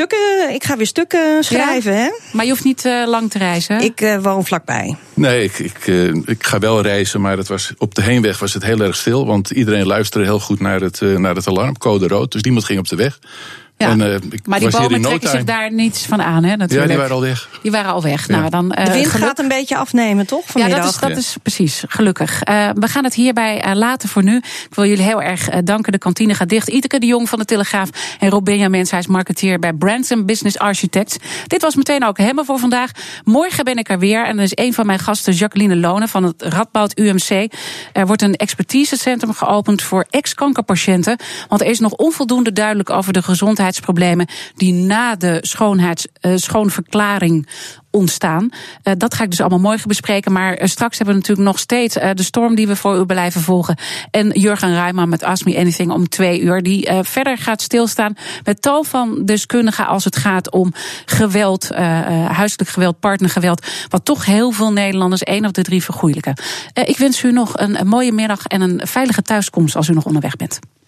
ga weer stukken schrijven, hè? Maar je hoeft niet lang te reizen, hè? Ik woon vlakbij. Nee, ik ga wel reizen, maar op de heenweg was het heel erg stil, want iedereen luisterde heel goed naar het alarm, code rood, dus niemand ging op de weg. Ja, en, maar die bomen trekken zich daar niets van aan, hè? Natuurlijk. Ja, die waren al weg. Ja. Nou, dan, de wind gaat een beetje afnemen, toch? Vanmiddag? Ja, dat is precies, gelukkig. We gaan het hierbij laten voor nu. Ik wil jullie heel erg danken. De kantine gaat dicht. Iteke de Jong van de Telegraaf en Rob Benjamins, hij is marketeer bij Brands & Business Architects. Dit was meteen ook Hemmen voor vandaag. Morgen ben ik er weer en er is een van mijn gasten, Jacqueline Lonen van het Radboud UMC. Er wordt een expertisecentrum geopend voor ex-kankerpatiënten, want er is nog onvoldoende duidelijk over de gezondheidsproblemen die na de schoonverklaring ontstaan. Dat ga ik dus allemaal morgen bespreken. Maar straks hebben we natuurlijk nog steeds de storm die we voor u blijven volgen. En Jurgen Rijman met Ask Me Anything om 2:00. Die verder gaat stilstaan met tal van deskundigen als het gaat om geweld, huiselijk geweld, partnergeweld. Wat toch heel veel Nederlanders, 1 op de 3 vergoeilijken. Ik wens u nog een mooie middag en een veilige thuiskomst als u nog onderweg bent.